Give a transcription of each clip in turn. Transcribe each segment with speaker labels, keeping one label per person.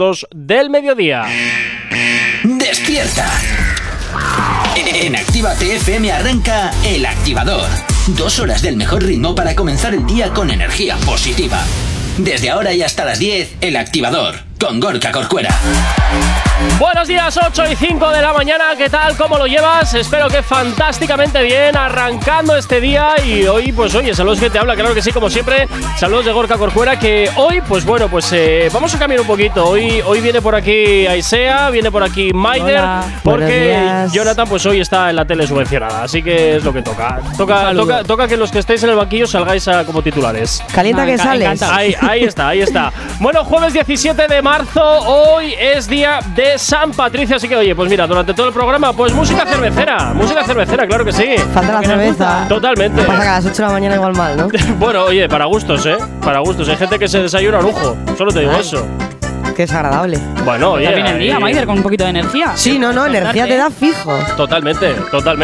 Speaker 1: del mediodía.
Speaker 2: ¡Despierta! En Actívate FM arranca El Activador. 2 horas del mejor ritmo para comenzar el día con energía positiva. Desde ahora y hasta las 10, El Activador, con Gorka Corcuera.
Speaker 1: Buenos días, 8:05 de la mañana. ¿Qué tal? ¿Cómo lo llevas? Espero que fantásticamente bien, arrancando este día. Y hoy, pues oye, saludos que te habla, claro que sí, como siempre. Saludos de Gorka Corcuera, que hoy, pues bueno, pues vamos a cambiar un poquito. Hoy viene por aquí Aisea, viene por aquí Maider. Hola, porque Jonathan, pues hoy está en la tele subvencionada. Así que es lo que toca. Toca que los que estéis en el banquillo salgáis como titulares.
Speaker 3: Calienta que sales.
Speaker 1: Ahí está. Bueno, jueves 17 de marzo, hoy es día de San Patricio, así que oye, pues mira, durante todo el programa, pues música cervecera, claro que sí.
Speaker 3: Falta la cerveza.
Speaker 1: Totalmente.
Speaker 3: Pasa que a las 8 de la mañana igual mal, ¿no?
Speaker 1: Bueno, oye, para gustos, para gustos. Hay gente que se desayuna a lujo, solo te digo eso.
Speaker 3: Qué desagradable.
Speaker 1: Bueno, oye.
Speaker 4: También el día, Maider, con un poquito de energía.
Speaker 3: Sí, no, energía te da fijo.
Speaker 1: Totalmente.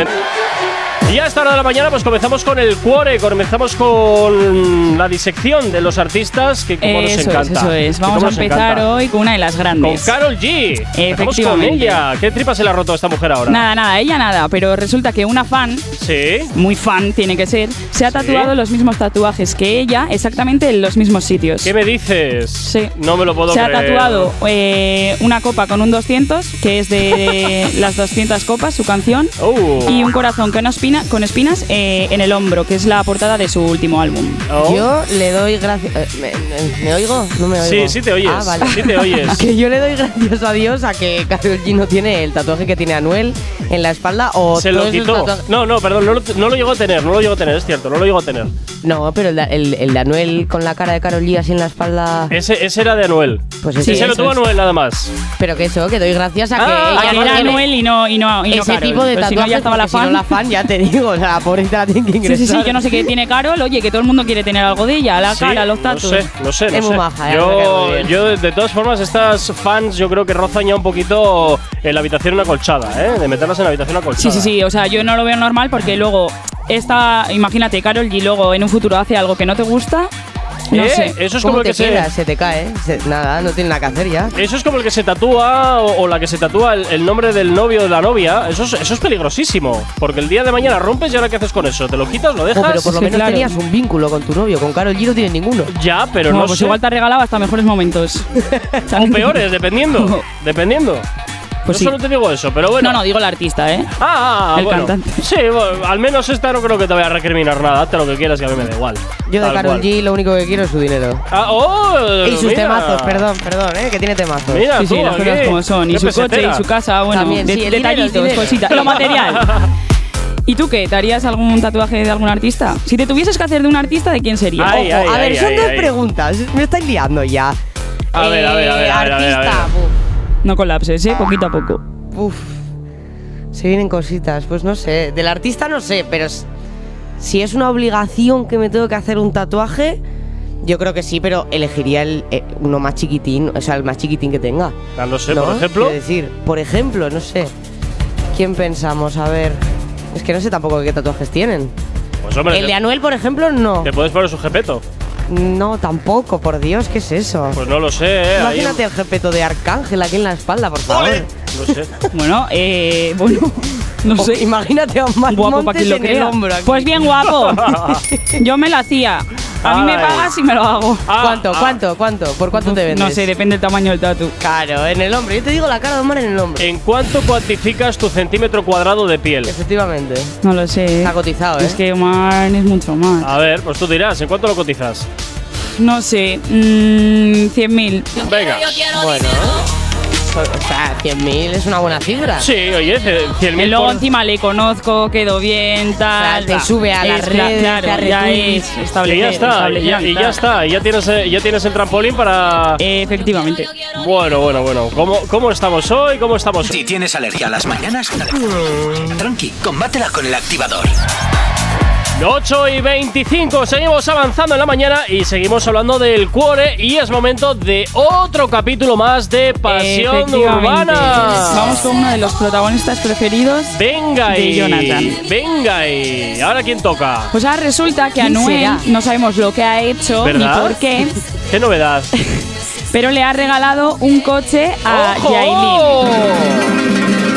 Speaker 1: Y a esta hora de la mañana pues comenzamos con el cuore, comenzamos con la disección de los artistas que como nos encanta.
Speaker 4: Eso es. Vamos a empezar hoy con una de las grandes.
Speaker 1: Con Karol G. Empezamos con ella. ¿Qué tripas se le ha roto a esta mujer ahora?
Speaker 4: Nada, pero resulta que una fan, muy fan tiene que ser, se ha tatuado los mismos tatuajes que ella, exactamente en los mismos sitios.
Speaker 1: ¿Qué me dices?
Speaker 4: Sí.
Speaker 1: No me lo puedo
Speaker 4: creer.
Speaker 1: Se
Speaker 4: ha tatuado una copa con un 200, que es de las 200 copas, su canción, y un corazón con espinas en el hombro, que es la portada de su último álbum.
Speaker 3: Yo le doy gracias. ¿Me oigo? No me oigo.
Speaker 1: Sí te oyes.
Speaker 3: Ah, vale.
Speaker 1: Sí te oyes.
Speaker 3: Que yo le doy gracias a Dios a que Karol G no tiene el tatuaje que tiene Anuel en la espalda o
Speaker 1: se lo quitó. No, perdón, no lo llegó a tener, es cierto, no lo llegó a tener.
Speaker 3: No, pero el de Anuel con la cara de Karol G así en la espalda.
Speaker 1: Ese era de Anuel.
Speaker 3: Pues
Speaker 1: ese lo tuvo Anuel nada más.
Speaker 3: Pero que doy gracias a que ella
Speaker 4: no era Anuel y no
Speaker 3: ese
Speaker 4: Karol.
Speaker 3: tipo de tatuajes,
Speaker 4: si no ya estaba la fan.
Speaker 3: Si no la fan, ya te digo, o sea, la pobrecita la tiene que ingresar.
Speaker 4: Sí, yo no sé qué tiene Karol, oye, que todo el mundo quiere tener algo de ella, la cara, los tatuos.
Speaker 1: No sé.
Speaker 3: Es muy maja,
Speaker 1: yo de todas formas, estas fans yo creo que rozan ya un poquito en la habitación una colchada, de meterlas en la habitación acolchada.
Speaker 4: Sí, o sea, yo no lo veo normal porque luego imagínate, Karol G luego en un futuro hace algo que no te gusta. No sé.
Speaker 1: Eso es como el que
Speaker 3: se te cae, nada, no tiene nada que hacer ya.
Speaker 1: Eso es como el que se tatúa o la que se tatúa el nombre del novio o de la novia. Eso es peligrosísimo. Porque el día de mañana rompes y ahora ¿qué haces con eso? ¿Te lo quitas? ¿Lo dejas?
Speaker 3: Pero por lo menos tenías un vínculo con tu novio. Con Karol G no tienes ninguno.
Speaker 1: Ya, pero no
Speaker 4: pues
Speaker 1: sé.
Speaker 4: igual te ha regalado hasta mejores momentos.
Speaker 1: O peores, dependiendo.
Speaker 4: Pues
Speaker 1: yo solo te digo eso, pero bueno.
Speaker 4: No, digo el artista, ¿eh?
Speaker 1: El
Speaker 4: cantante.
Speaker 1: Sí, bueno, al menos esta no creo que te vaya a recriminar nada. Hazte lo que quieras, que a mí me da igual.
Speaker 3: Yo de Karol G lo único que quiero es su dinero. Y sus temazos, perdón, que tiene temazos.
Speaker 1: Mira,
Speaker 4: sí, las cosas como son. Y su coche y su casa, bueno,
Speaker 3: también,
Speaker 4: detallitos, cositas. Lo material. ¿Y tú qué? ¿Te harías algún tatuaje de algún artista? Si te tuvieses que hacer de un artista, ¿de quién sería?
Speaker 3: A ver, son dos preguntas. Me estáis liando ya.
Speaker 1: A ver.
Speaker 3: Artista.
Speaker 4: No colapses, poquito a poco.
Speaker 3: Se vienen cositas. Pues no sé. Del artista no sé, pero si es una obligación que me tengo que hacer un tatuaje, yo creo que sí, pero elegiría uno más chiquitín, o sea, el más chiquitín que tenga.
Speaker 1: No sé, por ejemplo.
Speaker 3: Quiero decir, por ejemplo, no sé. ¿Quién pensamos? A ver. Es que no sé tampoco qué tatuajes tienen.
Speaker 1: Pues hombre,
Speaker 3: el de Anuel, por ejemplo, no.
Speaker 1: ¿Te puedes poner su jepeto?
Speaker 3: No, tampoco, por Dios, ¿qué es eso?
Speaker 1: Pues no lo sé,
Speaker 3: Imagínate el jepeto de Arcángel aquí en la espalda, por favor.
Speaker 1: No sé.
Speaker 4: Bueno, no sé.
Speaker 3: Imagínate a Omar
Speaker 4: guapo para quien lo
Speaker 3: en el hombro aquí.
Speaker 4: Pues bien guapo. Yo me lo hacía. A mí me pagas y me lo hago.
Speaker 3: ¿Cuánto? ¿Por cuánto te vendes?
Speaker 4: No sé, depende del tamaño del tatu.
Speaker 3: Claro, en el hombro. Yo te digo la cara de Omar en el hombro.
Speaker 1: ¿En cuánto cuantificas tu centímetro cuadrado de piel?
Speaker 3: Efectivamente.
Speaker 4: No lo sé.
Speaker 3: Está cotizado,
Speaker 4: Es que Omar es mucho más.
Speaker 1: A ver, pues tú dirás, ¿en cuánto lo cotizas?
Speaker 4: No sé, 100.000.
Speaker 1: Venga.
Speaker 3: Bueno, o sea, 100.000 es una buena cifra.
Speaker 1: Sí, oye, 100.000.
Speaker 4: Y luego encima le conozco, quedó bien, tal.
Speaker 3: Te sube a las redes,
Speaker 4: claro, ya es estable.
Speaker 1: Y ya está, y ya tienes el trampolín para…
Speaker 4: Efectivamente.
Speaker 1: Bueno. ¿Cómo estamos hoy?
Speaker 2: Si tienes alergia a las mañanas, tranqui, combátela con El Activador.
Speaker 1: 8:25, seguimos avanzando en la mañana y seguimos hablando del cuore y es momento de otro capítulo más de Pasión Urbana.
Speaker 4: Vamos con uno de los protagonistas preferidos de Jonathan.
Speaker 1: Venga y ¿ahora quién toca?
Speaker 4: Pues ahora resulta que Anuel no sabemos lo que ha hecho, ¿verdad? Ni por qué.
Speaker 1: ¿Qué novedad?
Speaker 4: pero le ha regalado un coche a
Speaker 1: ¡Ojo!
Speaker 4: Yailin.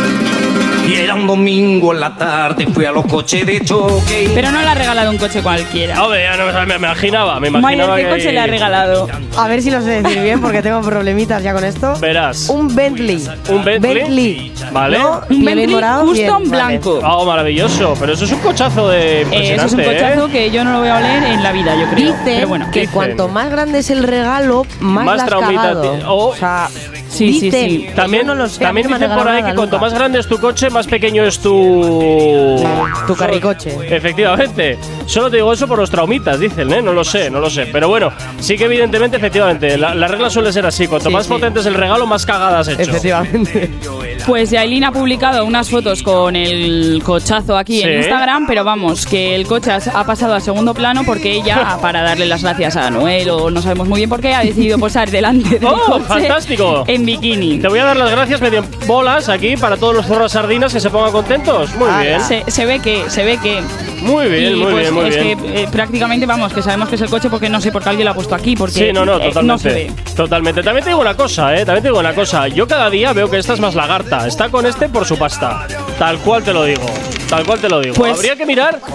Speaker 5: Y era un domingo en la tarde, fui a los coches de choque.
Speaker 4: Pero no le ha regalado un coche cualquiera.
Speaker 1: Hombre, ya no, me imaginaba
Speaker 4: Mayer, ¿qué
Speaker 1: que
Speaker 4: coche le ha regalado?
Speaker 3: A ver si lo sé decir bien porque tengo problemitas ya con esto.
Speaker 1: Verás.
Speaker 3: Un Bentley.
Speaker 1: ¿Un Bentley? Vale.
Speaker 3: ¿No?
Speaker 4: Un
Speaker 3: Violín
Speaker 4: Bentley
Speaker 3: morado,
Speaker 4: Custom
Speaker 3: bien, vale.
Speaker 4: blanco.
Speaker 1: Oh, maravilloso. Pero eso es un cochazo de impresionante,
Speaker 4: Eso es un cochazo que yo no lo voy a oler en la vida, yo creo.
Speaker 3: Dicen
Speaker 4: Pero bueno.
Speaker 3: que
Speaker 1: dicen.
Speaker 3: cuanto más grande es el regalo, más
Speaker 1: Más
Speaker 3: la has
Speaker 1: traumita
Speaker 3: cagado.
Speaker 1: ti- oh.
Speaker 3: O sea,
Speaker 4: Sí, sí,
Speaker 3: dicen,
Speaker 4: sí.
Speaker 3: que
Speaker 1: También,
Speaker 3: yo no lo sé,
Speaker 1: también
Speaker 3: a mí no me
Speaker 1: dicen
Speaker 3: han
Speaker 1: por ahí
Speaker 3: regalado
Speaker 1: que cuanto
Speaker 3: nunca.
Speaker 1: más grande es tu coche, más pequeño es
Speaker 3: Tu carricoche.
Speaker 1: Efectivamente. Solo te digo eso por los traumitas, dicen, ¿eh? No lo sé. Pero bueno, sí que evidentemente, efectivamente, la regla suele ser así. Cuanto
Speaker 3: Sí,
Speaker 1: más
Speaker 3: sí.
Speaker 1: potente es el regalo, más cagada has hecho.
Speaker 3: Efectivamente.
Speaker 4: Pues Yailin ha publicado unas fotos con el cochazo aquí
Speaker 1: Sí.
Speaker 4: en Instagram, pero vamos, que el coche ha pasado a segundo plano porque ella, para darle las gracias a Noel, o no sabemos muy bien por qué, ha decidido posar delante del
Speaker 1: ¡Oh,
Speaker 4: coche
Speaker 1: fantástico!
Speaker 4: en bikini.
Speaker 1: Te voy a dar las gracias medio en bolas aquí para todos los zorros sardinas que se pongan contentos. Muy bien.
Speaker 4: Se ve que.
Speaker 1: Muy bien,
Speaker 4: Y,
Speaker 1: muy
Speaker 4: pues,
Speaker 1: bien, muy
Speaker 4: es
Speaker 1: bien.
Speaker 4: que prácticamente, vamos, que sabemos que es el coche porque no sé por qué alguien lo ha puesto aquí, porque
Speaker 1: Sí, no, totalmente.
Speaker 4: no se ve.
Speaker 1: Totalmente. También te digo una cosa, También te digo una cosa. Yo cada día veo que esta es más lagarta. Está con este por su pasta. Tal cual te lo digo.
Speaker 4: Pues-
Speaker 1: habría que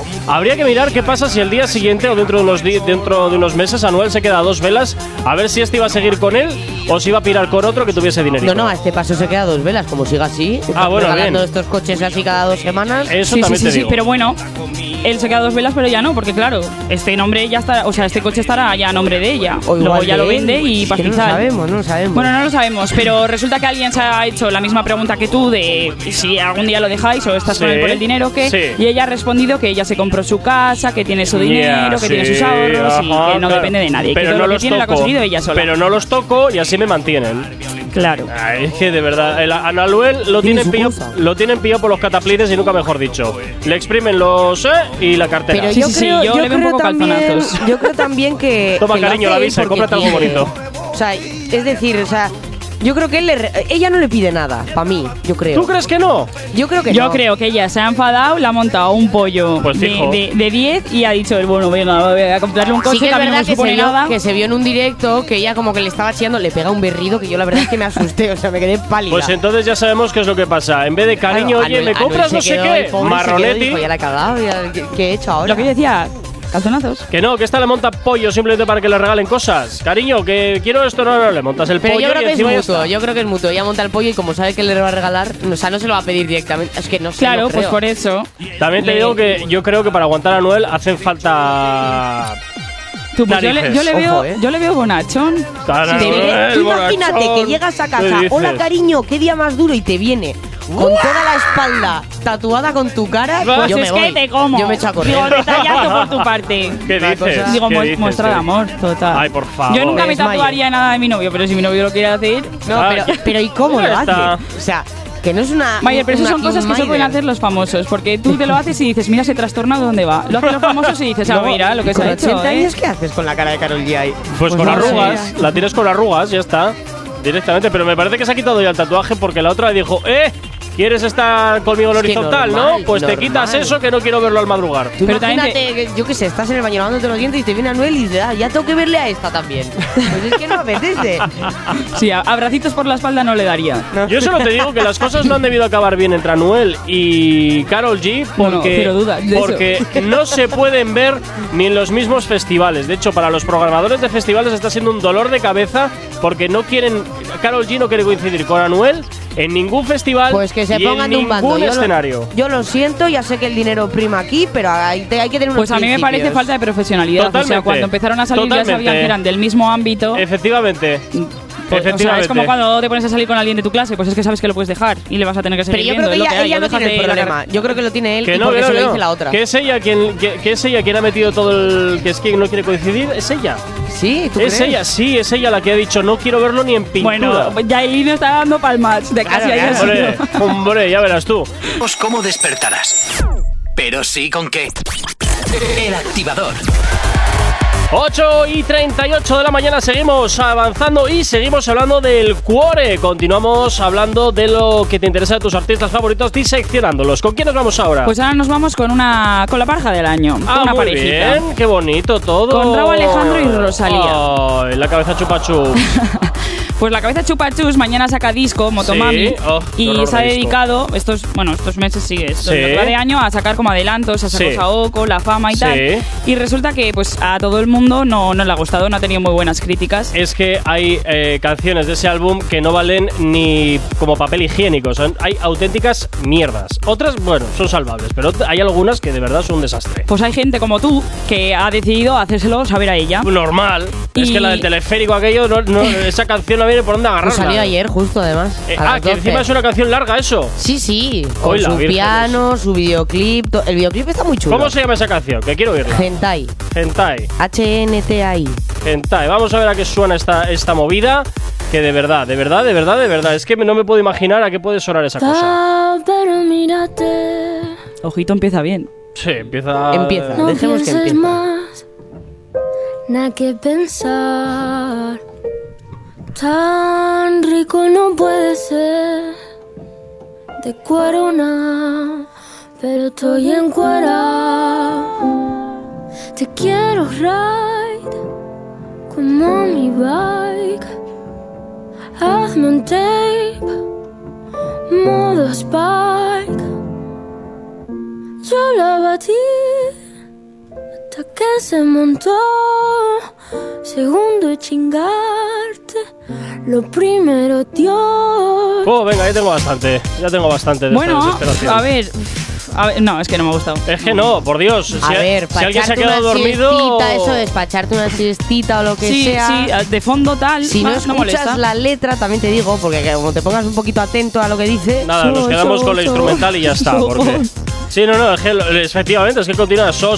Speaker 1: mirar qué pasa si el día siguiente o dentro de unos meses Anuel se queda a 2 velas, a ver si este iba a seguir con él o si iba a pirar con otro que tuviese dinerito.
Speaker 3: No, a este paso se queda 2 velas, como siga así.
Speaker 1: Bueno,
Speaker 3: regalando
Speaker 1: bien.
Speaker 3: estos coches así cada 2 semanas.
Speaker 1: Eso
Speaker 4: Sí,
Speaker 1: también
Speaker 4: sí,
Speaker 1: te
Speaker 4: sí,
Speaker 1: digo.
Speaker 4: pero bueno, él se queda 2 velas, pero ya no, porque claro, este nombre ya está, o sea, este coche estará ya a nombre de ella.
Speaker 3: O igual
Speaker 4: Luego ya
Speaker 3: de
Speaker 4: lo
Speaker 3: él,
Speaker 4: vende y
Speaker 3: es que
Speaker 4: pastizal.
Speaker 3: no lo sabemos.
Speaker 4: Bueno, no lo sabemos, pero resulta que alguien se ha hecho la misma pregunta que tú de si algún día lo dejáis o estás con él por el dinero o qué.
Speaker 1: Sí.
Speaker 4: Y ella ha respondido que ella se compró su casa, que tiene su dinero,
Speaker 1: Ya,
Speaker 4: que tiene
Speaker 1: sí,
Speaker 4: sus ahorros y
Speaker 1: ajá,
Speaker 4: que no
Speaker 1: claro.
Speaker 4: depende de nadie. Que
Speaker 1: Pero
Speaker 4: todo
Speaker 1: no
Speaker 4: lo que
Speaker 1: los
Speaker 4: tiene lo ha
Speaker 1: toco.
Speaker 4: conseguido ella sola.
Speaker 1: Pero no los toco y así me mantienen.
Speaker 4: Claro.
Speaker 1: Es que de verdad, a Anuel lo
Speaker 3: Tiene
Speaker 1: tienen
Speaker 3: su cosa.
Speaker 1: pillado por los cataplines y nunca mejor dicho. Le exprimen los y la cartera.
Speaker 3: Pero
Speaker 4: Sí,
Speaker 3: yo
Speaker 4: sí, sí,
Speaker 3: creo,
Speaker 4: yo le veo un
Speaker 3: creo
Speaker 4: poco
Speaker 3: también,
Speaker 4: calzonazos.
Speaker 3: yo creo también que.
Speaker 1: Toma,
Speaker 3: que lo
Speaker 1: cariño,
Speaker 3: hace
Speaker 1: la
Speaker 3: él
Speaker 1: visa y
Speaker 3: porque
Speaker 1: cómprate algo
Speaker 3: quiere.
Speaker 1: bonito.
Speaker 3: O sea, es decir, o sea, yo creo que ella no le pide nada, para mí, yo creo.
Speaker 1: ¿Tú crees que no?
Speaker 3: Yo creo que
Speaker 4: Yo
Speaker 3: no.
Speaker 4: creo que ella se ha enfadado, le ha montado un pollo
Speaker 1: Pues fijo.
Speaker 4: de 10 y ha dicho, bueno, venga, voy a comprarle un coche
Speaker 3: Sí que es
Speaker 4: a mí no
Speaker 3: verdad
Speaker 4: me
Speaker 3: que se,
Speaker 4: supone nada.
Speaker 3: que se vio en un directo que ella como que le estaba chillando, le pega un berrido que yo la verdad es que me asusté, o sea, me quedé pálida.
Speaker 1: Pues entonces ya sabemos qué es lo que pasa. En vez de cariño,
Speaker 3: Claro,
Speaker 1: oye,
Speaker 3: Anuel-
Speaker 1: ¿me compras
Speaker 3: Anuel
Speaker 1: no
Speaker 3: se
Speaker 1: sé
Speaker 3: quedó,
Speaker 1: qué?
Speaker 3: el pobre se quedó y
Speaker 1: Marronetti.
Speaker 3: dijo, ya la he cagado, ya, ¿qué he hecho ahora?
Speaker 4: Lo que yo decía, calzonazos.
Speaker 1: Que no, que esta le monta pollo simplemente para que le regalen cosas. Cariño, que quiero esto, no, le montas el
Speaker 3: Pero
Speaker 1: pollo
Speaker 3: yo creo
Speaker 1: y
Speaker 3: que es
Speaker 1: encima ya
Speaker 3: mutuo,
Speaker 1: está.
Speaker 3: yo creo que es mutuo. Ella monta el pollo y como sabe que le va a regalar, o sea, no se lo va a pedir directamente. Es que no sé.
Speaker 4: Claro,
Speaker 3: no
Speaker 4: pues
Speaker 3: creo.
Speaker 4: por eso.
Speaker 1: También te
Speaker 4: Le-
Speaker 1: digo que yo creo que para aguantar a Anuel hacen falta.
Speaker 4: Tú, pues
Speaker 1: Narices.
Speaker 4: yo le veo bonachón.
Speaker 1: Claro,
Speaker 3: Te viene-
Speaker 1: Anuel,
Speaker 3: tú imagínate
Speaker 1: borrachón.
Speaker 3: que llegas a
Speaker 1: ¿Qué
Speaker 3: casa,
Speaker 1: dices?
Speaker 3: hola cariño, qué día más duro y te viene con toda la espalda tatuada con tu cara.
Speaker 4: Pues
Speaker 3: yo
Speaker 4: es
Speaker 3: me
Speaker 4: que
Speaker 3: voy.
Speaker 4: te como.
Speaker 3: Yo me echo a correr.
Speaker 4: Digo, detallazo por tu parte.
Speaker 1: ¿Qué
Speaker 3: Una
Speaker 1: dices?
Speaker 3: cosa-
Speaker 4: Digo,
Speaker 1: ¿Qué dices,
Speaker 4: muestra de amor, total.
Speaker 1: Ay, por favor.
Speaker 4: Yo nunca me
Speaker 3: Desmayo.
Speaker 4: tatuaría nada de mi novio, pero si mi novio lo quiere hacer.
Speaker 3: No,
Speaker 1: Ah,
Speaker 3: pero ¿y cómo lo
Speaker 1: ya está.
Speaker 3: hace? O sea, que no es una.
Speaker 4: Mayer, pero eso
Speaker 3: una
Speaker 4: son cosas que
Speaker 3: King
Speaker 4: se pueden
Speaker 3: Maider.
Speaker 4: hacer los famosos, porque tú te lo haces y dices, mira ese trastornado, ¿dónde va? Lo hacen los famosos y dices, ah,
Speaker 3: Luego,
Speaker 4: mira lo que se
Speaker 3: con
Speaker 4: ha hecho.
Speaker 3: 80
Speaker 4: ¿eh?
Speaker 3: años, ¿qué haces con la cara de Karol G ahí?
Speaker 1: Pues con
Speaker 3: no sé.
Speaker 1: arrugas, la tienes con arrugas, ya está. Directamente, pero me parece que se ha quitado ya el tatuaje porque la otra le dijo, ¿quieres estar conmigo en
Speaker 3: Es que
Speaker 1: horizontal,
Speaker 3: normal,
Speaker 1: no? Pues te
Speaker 3: normal.
Speaker 1: quitas eso que no quiero verlo al madrugar.
Speaker 3: Tú
Speaker 4: Pero también
Speaker 3: imagínate, que, yo qué sé, estás en el baño lavándote los dientes y te viene Anuel y dices, ya tengo que verle a esta también. Pues es que no apetece.
Speaker 4: Sí, abracitos por la espalda no le daría.
Speaker 1: Yo solo te digo que las cosas no han debido acabar bien entre Anuel y Karol G
Speaker 4: No,
Speaker 1: porque,
Speaker 4: cero dudas de
Speaker 1: porque no se pueden ver ni en los mismos festivales. De hecho, para los programadores de festivales está siendo un dolor de cabeza porque no quieren. Karol G no quiere coincidir con Anuel en ningún festival
Speaker 3: Pues que se
Speaker 1: y
Speaker 3: pongan
Speaker 1: en
Speaker 3: de un bando.
Speaker 1: ningún escenario.
Speaker 3: Yo lo siento, ya sé que el dinero prima aquí, pero hay que tener unos
Speaker 4: Pues a mí me parece
Speaker 3: principios.
Speaker 4: falta de profesionalidad. O sea,
Speaker 1: Totalmente.
Speaker 4: cuando empezaron a salir ya
Speaker 1: Totalmente.
Speaker 4: sabían que eran del mismo ámbito.
Speaker 1: Efectivamente.
Speaker 4: Pues, o sea,
Speaker 1: Efectivamente.
Speaker 4: es como cuando te pones a salir con alguien de tu clase, pues es que sabes que lo puedes dejar y le vas a tener que
Speaker 3: Pero
Speaker 4: seguir
Speaker 3: yo creo
Speaker 4: viendo.
Speaker 3: que
Speaker 4: es lo que
Speaker 3: ella
Speaker 4: hay,
Speaker 3: no tiene el
Speaker 4: déjate la
Speaker 3: problema. Yo creo que lo tiene él
Speaker 1: Que
Speaker 3: y
Speaker 1: no,
Speaker 3: porque
Speaker 1: que no,
Speaker 3: se
Speaker 1: que
Speaker 3: lo
Speaker 1: no.
Speaker 3: dice la otra.
Speaker 1: Que es ella quien ha metido todo el. Que es quien no quiere coincidir, es ella.
Speaker 3: Sí, ¿tú
Speaker 1: Es
Speaker 3: crees?
Speaker 1: ella, sí, es ella la que ha dicho no quiero verlo ni en pintura.
Speaker 4: Bueno, Yailin está dando palmas de casi
Speaker 3: Claro,
Speaker 4: haya
Speaker 3: claro.
Speaker 4: sido.
Speaker 1: Hombre, ya verás tú.
Speaker 2: Pues cómo despertarás. Pero sí con qué. El Activador.
Speaker 1: 8:38 de la mañana, seguimos avanzando y seguimos hablando del cuore. Continuamos hablando de lo que te interesa de tus artistas favoritos, diseccionándolos. ¿Con quiénes vamos ahora?
Speaker 4: Pues ahora nos vamos con la pareja del año, con una
Speaker 1: muy
Speaker 4: parejita.
Speaker 1: bien, qué bonito todo.
Speaker 4: Con Rauw Alejandro y Rosalía.
Speaker 1: Ay, la cabeza chupa chup.
Speaker 4: Pues la cabeza chupachus mañana saca disco, Motomami,
Speaker 1: Sí. Oh, qué horror
Speaker 4: y se ha
Speaker 1: de disco.
Speaker 4: dedicado estos meses sigue esto,
Speaker 1: Sí.
Speaker 4: lo que va de año, a sacar como adelantos, a sacar
Speaker 1: Sí.
Speaker 4: Saoko, La Fama y
Speaker 1: Sí.
Speaker 4: tal. Y resulta que pues a todo el mundo no le ha gustado, no ha tenido muy buenas críticas.
Speaker 1: Es que hay canciones de ese álbum que no valen ni como papel higiénico. Hay auténticas mierdas. Otras, bueno, son salvables, pero hay algunas que de verdad son un desastre.
Speaker 4: Pues hay gente como tú que ha decidido hacérselo saber a ella.
Speaker 1: Normal. Es
Speaker 4: Y-
Speaker 1: que la del teleférico aquello, esa canción no viene por dónde agarrarla.
Speaker 3: Pues salió ayer, justo además. a las
Speaker 1: Que
Speaker 3: 12.
Speaker 1: encima es una canción larga, eso.
Speaker 3: Sí, con
Speaker 1: Hoy la
Speaker 3: su
Speaker 1: Virgen
Speaker 3: piano, su videoclip. El videoclip está muy chulo.
Speaker 1: ¿Cómo se llama esa canción? Que quiero oírla.
Speaker 3: Hentai.
Speaker 1: Hentai.
Speaker 3: HNTAI.
Speaker 1: Hentai. Vamos a ver a qué suena esta movida. Que de verdad. Es que no me puedo imaginar a qué puede sonar esa cosa.
Speaker 6: Pero mírate,
Speaker 4: Ojito, empieza bien.
Speaker 1: Sí, empieza.
Speaker 3: Empieza.
Speaker 6: no
Speaker 3: Dejemos que
Speaker 6: pienses
Speaker 3: empiece.
Speaker 6: más, nada que pensar. Tan rico no puede ser, de cuero nada, pero estoy en cuera. Te quiero ride, como mi bike. Hazme un tape, modo Spike. Yo la batí hasta que se montó. Segundo y chingarte, lo primero Dios.
Speaker 1: Oh, venga, ya tengo bastante. Ya tengo bastante de
Speaker 4: Bueno,
Speaker 1: esta desesperación.
Speaker 4: a ver, no, es que no me ha gustado.
Speaker 1: Es que no, por Dios.
Speaker 3: A ver,
Speaker 1: si alguien se ha
Speaker 3: echarte
Speaker 1: quedado
Speaker 3: una
Speaker 1: dormido.
Speaker 3: siestita, eso es, para echarte una siestita o lo que
Speaker 4: Sí,
Speaker 3: sea.
Speaker 4: sí, de fondo tal,
Speaker 3: Si no
Speaker 4: no
Speaker 3: escuchas
Speaker 4: molesta.
Speaker 3: la letra, también te digo, porque como te pongas un poquito atento a lo que dice.
Speaker 1: Nada, nos quedamos con la instrumental y ya está. Porque. Sí, no, es que efectivamente, es que continúa so.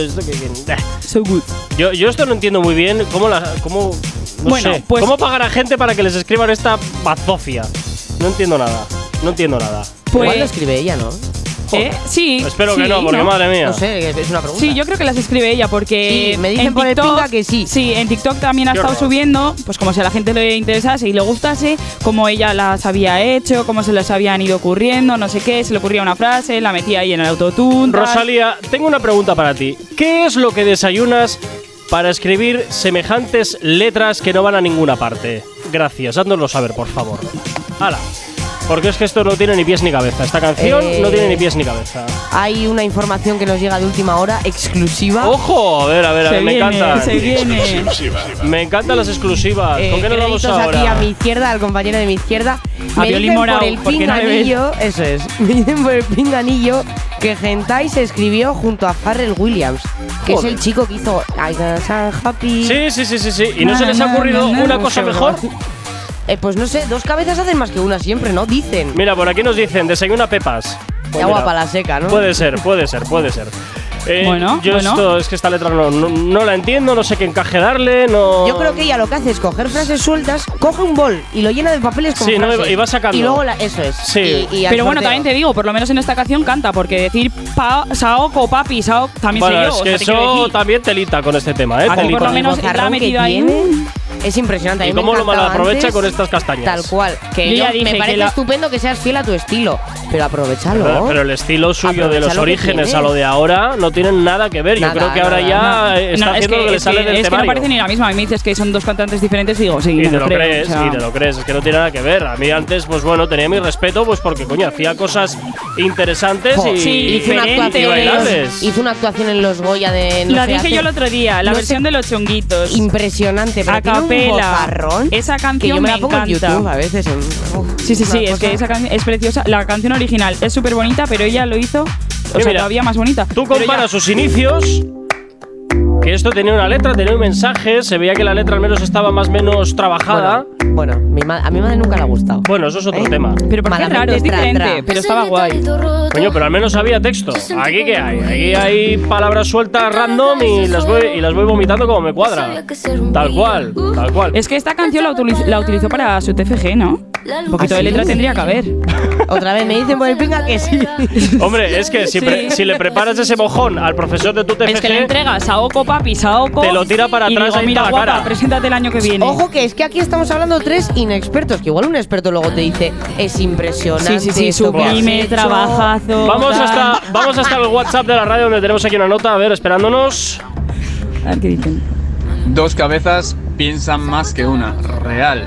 Speaker 4: So good.
Speaker 1: Yo esto no entiendo muy bien cómo no
Speaker 4: Bueno,
Speaker 1: sé.
Speaker 4: pues-
Speaker 1: ¿Cómo pagar a gente para que les escriban esta bazofia? No entiendo nada.
Speaker 3: Igual
Speaker 4: Pues,
Speaker 3: lo escribe ella, ¿no?
Speaker 4: sí.
Speaker 1: Espero que
Speaker 4: sí,
Speaker 1: no, porque madre mía.
Speaker 3: No sé, es una pregunta.
Speaker 4: Sí, yo creo que las escribe ella porque
Speaker 3: Sí, me dicen
Speaker 4: en
Speaker 3: por el
Speaker 4: TikTok,
Speaker 3: pinga que sí.
Speaker 4: Sí, en TikTok también ha
Speaker 1: Qué
Speaker 4: estado
Speaker 1: horror.
Speaker 4: subiendo, pues como si a la gente le interesase y le gustase, cómo ella las había hecho, cómo se les habían ido ocurriendo, no sé qué, se le ocurría una frase, la metía ahí en el autotune. tal.
Speaker 1: Rosalía, tengo una pregunta para ti. ¿Qué es lo que desayunas para escribir semejantes letras que no van a ninguna parte? Gracias, háznoslo saber, por favor. ¡Hala! Porque es que esto no tiene ni pies ni cabeza. Esta canción no tiene ni pies ni cabeza.
Speaker 3: Hay una información que nos llega de última hora, exclusiva.
Speaker 1: ¡Ojo! A ver,
Speaker 4: Se
Speaker 1: me
Speaker 4: viene,
Speaker 1: encanta.
Speaker 4: se viene.
Speaker 1: Me encantan las exclusivas. ¿Con qué nos vamos
Speaker 3: Créditos
Speaker 1: ahora?
Speaker 3: aquí a mi izquierda, al compañero de mi izquierda.
Speaker 4: A
Speaker 3: Me
Speaker 4: Violín
Speaker 3: dicen
Speaker 4: Morao,
Speaker 3: por el
Speaker 4: porque no le ves.
Speaker 3: pinganillo, eso es. Me dicen por el pinganillo que Hentai se escribió junto a Pharrell Williams, que
Speaker 1: Joder.
Speaker 3: es el chico que hizo I Got So Happy.
Speaker 1: Sí. ¿Y no se les ha ocurrido una cosa mejor?
Speaker 3: Pues no sé, dos cabezas hacen más que una siempre, ¿no? Dicen.
Speaker 1: Mira, por aquí nos dicen, desayuna pepas.
Speaker 3: Y agua para la seca, ¿no?
Speaker 1: Puede ser.
Speaker 4: Bueno,
Speaker 1: yo
Speaker 4: bueno.
Speaker 1: es que esta letra no la entiendo, no sé qué encaje darle, no.
Speaker 3: Yo creo que ella lo que hace es coger frases sueltas, coge un bol y lo llena de papeles con
Speaker 1: Sí, ¿no?
Speaker 3: frases.
Speaker 1: Y va sacando.
Speaker 3: Y luego eso es.
Speaker 1: Sí.
Speaker 3: Y al
Speaker 4: Pero bueno,
Speaker 3: sorteo.
Speaker 4: también te digo, por lo menos en esta canción canta, porque decir Saoko, papi, Saoko, también
Speaker 1: Bueno,
Speaker 4: sé yo.
Speaker 1: es
Speaker 4: o
Speaker 1: que
Speaker 4: sea, te quiero
Speaker 1: eso
Speaker 4: decir.
Speaker 1: también telita con este tema, ¿eh?
Speaker 3: A mí
Speaker 1: Telita.
Speaker 4: por lo menos
Speaker 3: el
Speaker 4: la ha
Speaker 3: bozarrón que
Speaker 4: metido ahí.
Speaker 3: tiene es impresionante. A mí
Speaker 1: Y
Speaker 3: me
Speaker 1: cómo lo
Speaker 3: encantaba
Speaker 1: malaprovecha
Speaker 3: antes,
Speaker 1: con estas castañas.
Speaker 3: Tal cual. Que
Speaker 4: Yo ya dije
Speaker 3: me
Speaker 4: que
Speaker 3: parece
Speaker 4: la-
Speaker 3: estupendo que seas fiel a tu estilo, pero aprovechalo.
Speaker 1: Pero el estilo suyo de
Speaker 3: Aprovecha
Speaker 1: los
Speaker 3: lo que
Speaker 1: orígenes
Speaker 3: tienes.
Speaker 1: a lo de ahora no tienen nada que ver. Yo
Speaker 3: Nada,
Speaker 1: creo que ahora
Speaker 3: nada,
Speaker 1: ya
Speaker 3: nada.
Speaker 1: está
Speaker 4: No, es
Speaker 1: haciendo lo que le sale del
Speaker 4: es que no
Speaker 1: temario.
Speaker 4: parece ni la misma. A mí me dices que son dos cantantes diferentes y digo, sí,
Speaker 1: Y
Speaker 4: me
Speaker 1: te lo
Speaker 4: creo,
Speaker 1: crees,
Speaker 4: o sea.
Speaker 1: y te lo crees, es que no tiene nada que ver. A mí antes, pues bueno, tenía mi respeto, pues porque coño, hacía cosas interesantes
Speaker 3: Jo,
Speaker 1: y,
Speaker 4: sí,
Speaker 3: hizo una
Speaker 4: diferente,
Speaker 1: y
Speaker 3: actuación en
Speaker 1: bailables.
Speaker 3: los, hizo una actuación en los Goya de. No
Speaker 4: La
Speaker 3: sé,
Speaker 4: dije
Speaker 3: hace-
Speaker 4: yo el otro día, la
Speaker 3: no
Speaker 4: versión
Speaker 3: sé-
Speaker 4: de los chunguitos.
Speaker 3: Impresionante, pero
Speaker 4: A
Speaker 3: tiene un
Speaker 4: capela.
Speaker 3: bozarrón
Speaker 4: Esa
Speaker 3: que
Speaker 4: canción
Speaker 3: yo me la
Speaker 4: me
Speaker 3: pongo en
Speaker 4: encanta.
Speaker 3: YouTube a veces.
Speaker 4: Sí, es que esa canción es preciosa. La canción original es súper bonita, pero ella lo hizo, o sea,
Speaker 1: mira,
Speaker 4: todavía más bonita.
Speaker 1: Tú
Speaker 4: Pero
Speaker 1: comparas
Speaker 4: ella-
Speaker 1: sus inicios, que esto tenía una letra, tenía un mensaje, se veía que la letra al menos estaba más o menos trabajada.
Speaker 3: Bueno, a mi madre nunca le ha gustado.
Speaker 1: Bueno, eso es otro
Speaker 3: ¿Eh?
Speaker 1: tema.
Speaker 4: Pero porque es
Speaker 3: Malamente
Speaker 4: raro, es
Speaker 3: tra,
Speaker 4: diferente,
Speaker 3: tra.
Speaker 4: pero estaba guay.
Speaker 1: Coño, pero al menos había texto. ¿Aquí qué hay? Aquí hay palabras sueltas random y las voy vomitando como me cuadra. Tal cual.
Speaker 4: Es que esta canción la utilizó para su TFG, ¿no? Un poquito
Speaker 3: ¿Ah,
Speaker 4: de
Speaker 3: sí?
Speaker 4: letra tendría que haber.
Speaker 3: Otra vez me dicen por el pinga que sí.
Speaker 1: Hombre, es que
Speaker 4: Sí.
Speaker 1: si le preparas ese mojón al profesor de tu TFG,
Speaker 4: Es que le entrega Saoko, papi, Saoko.
Speaker 1: Te lo tira para
Speaker 4: y
Speaker 1: atrás
Speaker 4: digo,
Speaker 1: ahí
Speaker 4: mira,
Speaker 1: para la
Speaker 4: guapa,
Speaker 1: cara".
Speaker 4: preséntate el año que viene.
Speaker 3: Ojo que es que aquí estamos hablando tres inexpertos, que igual un experto luego te dice es impresionante.
Speaker 4: Sí,
Speaker 3: esto que has
Speaker 4: sublime,
Speaker 3: hecho".
Speaker 4: trabajazo.
Speaker 1: vamos
Speaker 4: tal.
Speaker 1: hasta el WhatsApp de la radio donde tenemos aquí una nota, a ver, esperándonos.
Speaker 4: A ver qué dicen.
Speaker 7: Dos cabezas piensan más que una. Real.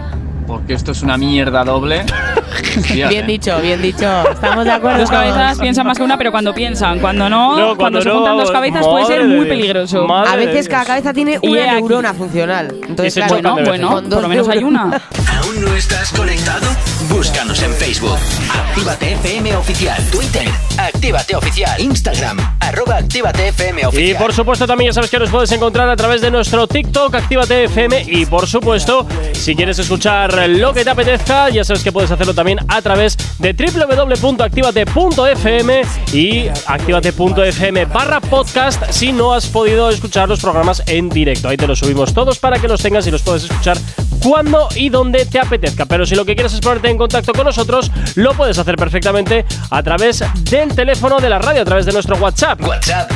Speaker 7: porque esto es una mierda doble. Hostia,
Speaker 3: Bien dicho, bien dicho. Estamos de acuerdo.
Speaker 4: Dos cabezas piensan más que una, pero cuando piensan, cuando no, cuando se juntan dos cabezas puede ser
Speaker 1: madre
Speaker 4: muy
Speaker 1: de-
Speaker 4: peligroso.
Speaker 1: madre
Speaker 3: A
Speaker 1: de
Speaker 3: veces
Speaker 1: Dios.
Speaker 3: cada cabeza tiene
Speaker 4: Y
Speaker 3: una
Speaker 4: aquí-
Speaker 3: neurona funcional. Entonces,
Speaker 1: Y se
Speaker 3: claro,
Speaker 1: chocan de vez en
Speaker 4: Bueno,
Speaker 3: con dos
Speaker 4: por lo menos hay
Speaker 3: neuronas.
Speaker 4: una.
Speaker 2: ¿Aún no estás conectado? Búscanos en Facebook. Actívate FM Oficial. Twitter. Actívate Oficial. Instagram. @Actívate FM Oficial.
Speaker 1: Y por supuesto también ya sabes que nos puedes encontrar a través de nuestro TikTok, Actívate FM. Y por supuesto, si quieres escuchar lo que te apetezca, ya sabes que puedes hacerlo también a través de www.activate.fm y activate.fm/podcast si no has podido escuchar los programas en directo. Ahí te los subimos todos para que los tengas y los puedes escuchar cuando y donde te apetezca. Pero si lo que quieres es ponerte en contacto con nosotros, lo puedes hacer perfectamente a través del teléfono de la radio, a través de nuestro WhatsApp.
Speaker 2: WhatsApp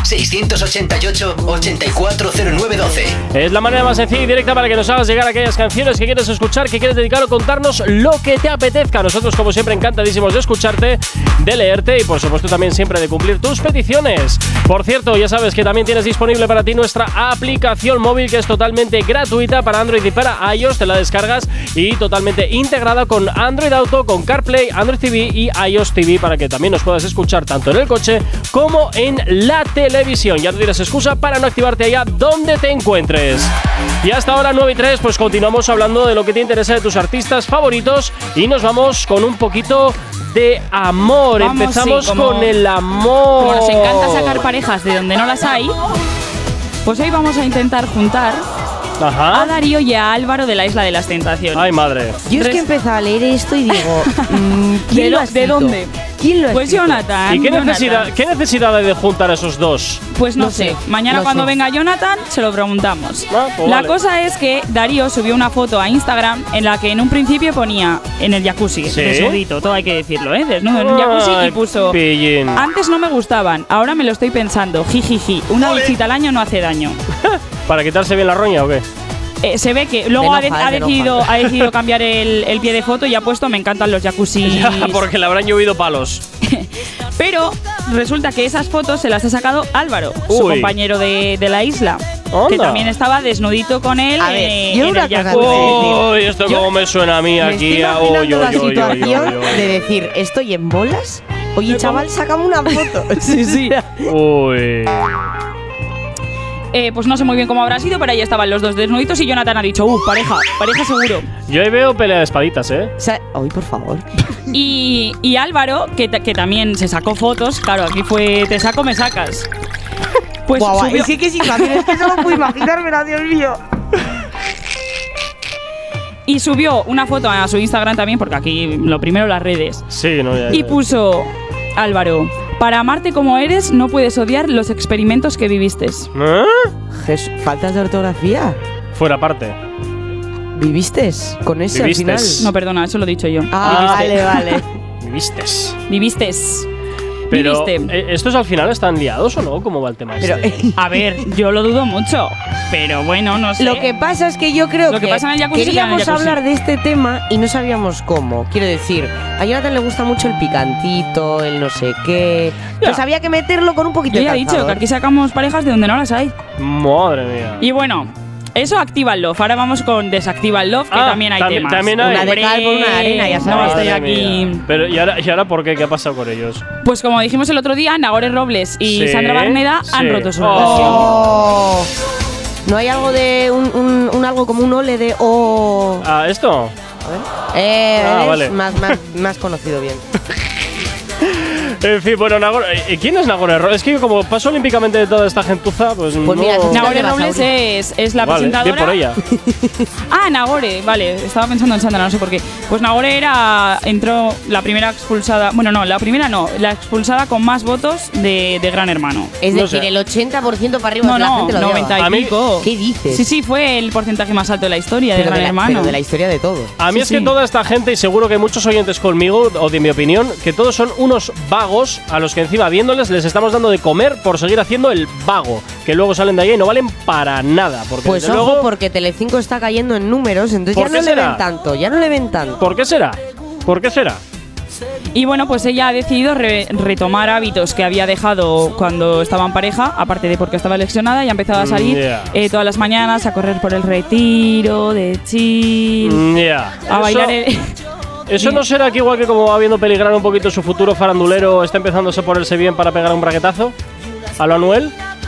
Speaker 2: 688-840912.
Speaker 1: Es la manera más sencilla y directa para que nos hagas llegar aquellas canciones que quieres escuchar, que quieres dedicar o contarnos lo que te apetezca. Nosotros, como siempre, encantadísimos de escucharte, de leerte y, por supuesto, también siempre de cumplir tus peticiones. Por cierto, ya sabes que también tienes disponible para ti nuestra aplicación móvil, que es totalmente gratuita para Android y para iOS. Te la descargas y totalmente integrada con Android Auto, con CarPlay, Android TV y iOS TV, para que también nos puedas escuchar tanto en el coche como en la televisión. Ya no tienes excusa para no activarte allá donde te encuentres. Y hasta ahora 9:03, pues continuamos hablando de lo que te interesa de tus artistas favoritos y nos vamos con un poquito de amor.
Speaker 4: Vamos,
Speaker 1: Empezamos
Speaker 4: sí, como-
Speaker 1: con el amor.
Speaker 4: Como nos encanta sacar parejas de donde no las hay, pues hoy vamos a intentar juntar a
Speaker 1: Ajá.
Speaker 4: Darío y a Álvaro de la Isla de las Tentaciones.
Speaker 1: Ay, madre.
Speaker 3: Yo es que empezaba a leer esto y digo, ¿quién lo ha
Speaker 4: ¿De
Speaker 3: escrito?
Speaker 4: dónde?
Speaker 3: ¿Quién lo ha
Speaker 4: Pues
Speaker 3: escrito?
Speaker 4: Jonathan.
Speaker 1: ¿Y qué
Speaker 4: Jonathan.
Speaker 1: necesidad hay de juntar a esos dos?
Speaker 4: Pues no,
Speaker 3: No
Speaker 4: sé.
Speaker 3: sé,
Speaker 4: Mañana
Speaker 3: no
Speaker 4: cuando
Speaker 3: sé.
Speaker 4: venga Jonathan se lo preguntamos.
Speaker 1: Ah, pues
Speaker 4: La
Speaker 1: vale.
Speaker 4: cosa es que Darío subió una foto a Instagram en la que en un principio ponía en el jacuzzi,
Speaker 1: ¿Sí?
Speaker 4: desnudito, todo hay que decirlo, ¿eh? Desnudo en un jacuzzi y
Speaker 1: Ay,
Speaker 4: puso...
Speaker 1: pillín.
Speaker 4: Antes no me gustaban, ahora me lo estoy pensando, jijiji, una visita al año no hace daño.
Speaker 1: ¿Para quitarse bien la roña o qué?
Speaker 4: Se ve que luego
Speaker 3: Te enoja,
Speaker 4: ha
Speaker 3: te
Speaker 4: decidido,
Speaker 3: enoja.
Speaker 4: ha decidido cambiar el pie de foto y ha puesto me encantan los jacuzzis.
Speaker 1: Ya, porque le habrán llovido palos.
Speaker 4: Pero resulta que esas fotos se las ha sacado Álvaro, su
Speaker 1: Uy.
Speaker 4: compañero de la isla. Que
Speaker 1: Anda.
Speaker 4: también estaba desnudito con él
Speaker 3: A ver, yo
Speaker 4: en
Speaker 3: una
Speaker 4: el
Speaker 3: cosa
Speaker 4: jacuzzi.
Speaker 3: te voy a decir.
Speaker 1: Uy, esto
Speaker 3: Yo
Speaker 1: como me suena a mí
Speaker 3: Me
Speaker 1: aquí.
Speaker 3: estoy
Speaker 1: Ah,
Speaker 3: imaginando la
Speaker 1: uy, uy, uy,
Speaker 3: situación
Speaker 1: uy, uy,
Speaker 3: de decir, estoy en bolas. Oye, chaval, sácame una foto.
Speaker 4: Sí, sí.
Speaker 1: uy.
Speaker 4: Pues no sé muy bien cómo habrá sido, pero ahí estaban los dos desnuditos y Jonathan ha dicho, pareja seguro.
Speaker 1: Yo ahí veo pelea de espaditas, ¿eh?
Speaker 3: Ay, por favor.
Speaker 4: Y Álvaro, que también se sacó fotos, claro, aquí fue te saco, me sacas. Pues
Speaker 3: Guau, guau,
Speaker 4: subió,
Speaker 3: es que situación, es que solo puedo imaginármela, Dios mío.
Speaker 4: y subió una foto a su Instagram también, porque aquí lo primero las redes.
Speaker 1: Sí, no, ya.
Speaker 4: Y puso, Álvaro, para amarte como eres no puedes odiar los experimentos que viviste.
Speaker 1: ¿Eh?
Speaker 3: Faltas de ortografía.
Speaker 1: Fuera parte.
Speaker 3: ¿Viviste con ese al final?
Speaker 1: Vivistes.
Speaker 4: No, perdona, eso lo he dicho yo.
Speaker 3: Ah, vale, vale.
Speaker 1: Vistes.
Speaker 4: Vivistes.
Speaker 1: Pero,
Speaker 4: Viviste.
Speaker 1: ¿estos al final están liados o no? ¿Cómo va el tema
Speaker 3: Pero
Speaker 1: este?
Speaker 4: A ver, yo lo dudo mucho, pero bueno, no sé.
Speaker 3: lo que pasa es que yo creo
Speaker 4: Lo que
Speaker 3: que
Speaker 4: pasa en el jacuzzi se queda en el
Speaker 3: queríamos
Speaker 4: jacuzzi.
Speaker 3: hablar de este tema y no sabíamos cómo. Quiero decir, a Jonathan le gusta mucho el picantito, el no sé qué. Pues había que meterlo con un poquito
Speaker 4: Yo
Speaker 3: de
Speaker 4: ya he dicho
Speaker 3: calzador.
Speaker 4: que aquí sacamos parejas de donde no las hay.
Speaker 1: Madre mía.
Speaker 4: Y bueno, eso activa el love. Ahora vamos con desactiva el love, que
Speaker 1: Ah,
Speaker 4: también hay
Speaker 1: también-
Speaker 4: temas.
Speaker 1: también hay.
Speaker 3: Una de cal por una de arena, ya
Speaker 4: No
Speaker 3: sabes.
Speaker 4: estoy
Speaker 1: Madre
Speaker 4: aquí.
Speaker 1: mía. Pero, ¿y ahora por qué? ¿Qué ha pasado con ellos?
Speaker 4: Pues como dijimos el otro día, Nagore Robles y
Speaker 1: Sí,
Speaker 4: Sandra Barneda han
Speaker 1: sí.
Speaker 4: roto su
Speaker 1: Oh.
Speaker 4: relación.
Speaker 3: Oh. ¿No hay algo de un algo como un ole de o?
Speaker 1: Ah, ¿esto? Ah, vale.
Speaker 3: Más conocido bien.
Speaker 1: En fin, bueno, Nagore. ¿Quién es Nagore Robles? Es que como paso olímpicamente de toda esta gentuza, pues,
Speaker 3: Pues mira,
Speaker 1: no.
Speaker 3: es
Speaker 4: Nagore
Speaker 3: de
Speaker 4: Robles
Speaker 3: Basauri.
Speaker 4: es la
Speaker 1: Vale,
Speaker 4: presentadora.
Speaker 1: bien por ella.
Speaker 4: Ah, Nagore, vale, estaba pensando en Sandra, no sé por qué. Pues Nagore entró la primera expulsada, bueno, no, la primera no, la expulsada con más votos de Gran Hermano.
Speaker 3: Es
Speaker 1: No
Speaker 3: decir,
Speaker 1: sé.
Speaker 3: el 80% para arriba
Speaker 4: No,
Speaker 3: de la
Speaker 4: no,
Speaker 3: gente lo
Speaker 4: 90
Speaker 3: lleva.
Speaker 1: A
Speaker 4: y
Speaker 1: mí-
Speaker 4: pico.
Speaker 3: ¿Qué dices?
Speaker 4: Sí, sí, fue el porcentaje más alto de la historia de
Speaker 3: Pero
Speaker 4: Gran
Speaker 3: de la,
Speaker 4: Hermano.
Speaker 3: pero de la historia de todo.
Speaker 1: A mí
Speaker 4: Sí,
Speaker 1: es que
Speaker 4: sí.
Speaker 1: toda esta gente, y seguro que hay muchos oyentes conmigo, o de mi opinión, que todos son unos vagos a los que encima viéndoles les estamos dando de comer por seguir haciendo el vago, que luego salen de ahí y no valen para nada. Porque
Speaker 3: Pues
Speaker 1: desde
Speaker 3: ojo,
Speaker 1: luego,
Speaker 3: porque Telecinco está cayendo en números, entonces
Speaker 1: ¿Por
Speaker 3: ya
Speaker 1: qué
Speaker 3: no le
Speaker 1: será?
Speaker 3: ven tanto, ya no le ven tanto.
Speaker 1: ¿Por qué será? ¿Por qué será?
Speaker 4: Y bueno, pues ella ha decidido retomar hábitos que había dejado cuando estaba en pareja, aparte de porque estaba lesionada, y ha empezado a salir todas las mañanas a correr por el Retiro, de chill, a bailar
Speaker 1: ¿Eso no será que igual que como va viendo peligrar un poquito su futuro farandulero, está empezándose a ponerse bien para pegar un braguetazo? ¿A lo Anuel?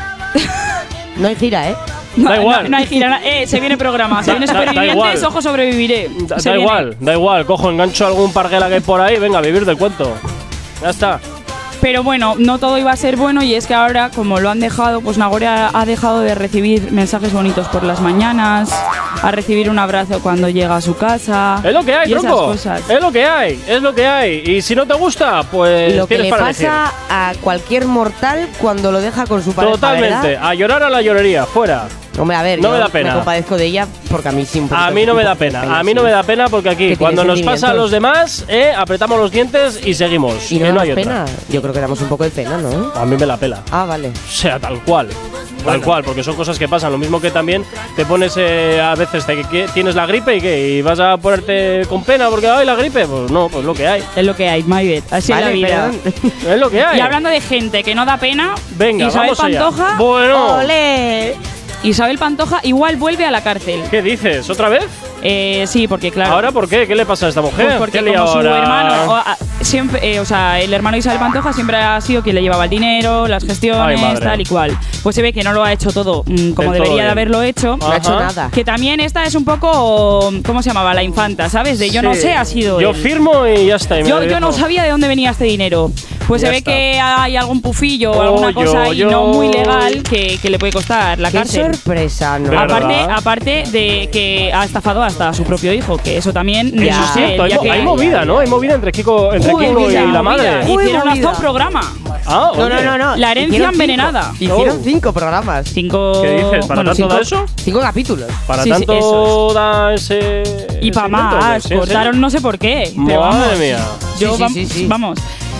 Speaker 3: No hay gira, ¿eh?
Speaker 1: Da igual.
Speaker 4: No hay gira. Se viene programa. Se viene Supervivientes, ojo, sobreviviré.
Speaker 1: Da igual. Cojo, engancho algún parguela que hay por ahí. Venga, a vivir del cuento. Ya está.
Speaker 4: Pero bueno, no todo iba a ser bueno y es que ahora, como lo han dejado, pues Nagore ha dejado de recibir mensajes bonitos por las mañanas, a recibir un abrazo cuando llega a su casa.
Speaker 1: Es lo que hay, tronco. Es lo que hay. Y si no te gusta, pues
Speaker 3: lo que
Speaker 1: tienes
Speaker 3: le
Speaker 1: para
Speaker 3: pasa
Speaker 1: elegir.
Speaker 3: a cualquier mortal cuando lo deja con su pareja.
Speaker 1: Totalmente.
Speaker 3: ¿verdad?
Speaker 1: A llorar a la llorería, fuera.
Speaker 3: Hombre, a ver,
Speaker 1: no
Speaker 3: yo
Speaker 1: me da pena.
Speaker 3: Me compadezco de ella porque a mí siempre.
Speaker 1: A mí no me da pena. A mí no me da pena porque aquí, cuando nos pasa a los demás, apretamos los dientes y seguimos.
Speaker 3: ¿Y no
Speaker 1: hay
Speaker 3: pena?
Speaker 1: otra.
Speaker 3: Yo creo que damos un poco de pena, ¿no?
Speaker 1: A mí me la pela.
Speaker 3: Ah, vale.
Speaker 1: O sea, tal cual. Tal cual, porque son cosas que pasan. Lo mismo que también te pones a veces que tienes la gripe y vas a ponerte con pena porque hay la gripe. Pues no, pues lo que hay.
Speaker 4: Es lo que hay, Maybet. Así es la vida.
Speaker 1: Es lo que hay.
Speaker 4: Y hablando de gente que no da pena,
Speaker 1: venga,
Speaker 4: Isabel
Speaker 1: vamos allá.
Speaker 4: Pantoja.
Speaker 1: Bueno.
Speaker 4: ¡Olé! Isabel Pantoja igual vuelve a la cárcel.
Speaker 1: ¿Qué dices? ¿Otra vez?
Speaker 4: Sí, porque claro.
Speaker 1: ¿Ahora por qué? ¿Qué le pasa a esta mujer?
Speaker 4: Pues porque como su hermano, siempre, el hermano de Isabel Pantoja siempre ha sido quien le llevaba el dinero, las gestiones, tal y cual. Pues se ve que no lo ha hecho todo como debería de haberlo hecho.
Speaker 3: No ha hecho nada.
Speaker 4: Que también esta es un poco, ¿cómo se llamaba? La infanta, ¿sabes? De yo no sé, ha sido
Speaker 1: yo
Speaker 4: él.
Speaker 1: Firmo y ya está.
Speaker 4: Yo no sabía de dónde venía este dinero. Pues se ve que hay algún pufillo o alguna cosa ahí no muy legal que le puede costar la cárcel.
Speaker 3: Qué sorpresa, ¿no?
Speaker 4: Aparte de que ha estafado hasta su propio hijo, que eso también…
Speaker 1: Eso es cierto, hay movida, ¿no? Hay movida entre Kiko y la madre.
Speaker 4: Hicieron hasta un programa.
Speaker 1: Ah,
Speaker 3: no.
Speaker 4: La herencia envenenada.
Speaker 3: Hicieron 5 programas.
Speaker 4: 5…
Speaker 1: ¿Qué dices? ¿Para tanto da eso?
Speaker 3: 5 capítulos.
Speaker 1: ¿Para tanto da ese…
Speaker 4: Y para más, cortaron no sé por qué.
Speaker 1: Madre mía.
Speaker 4: Vamos…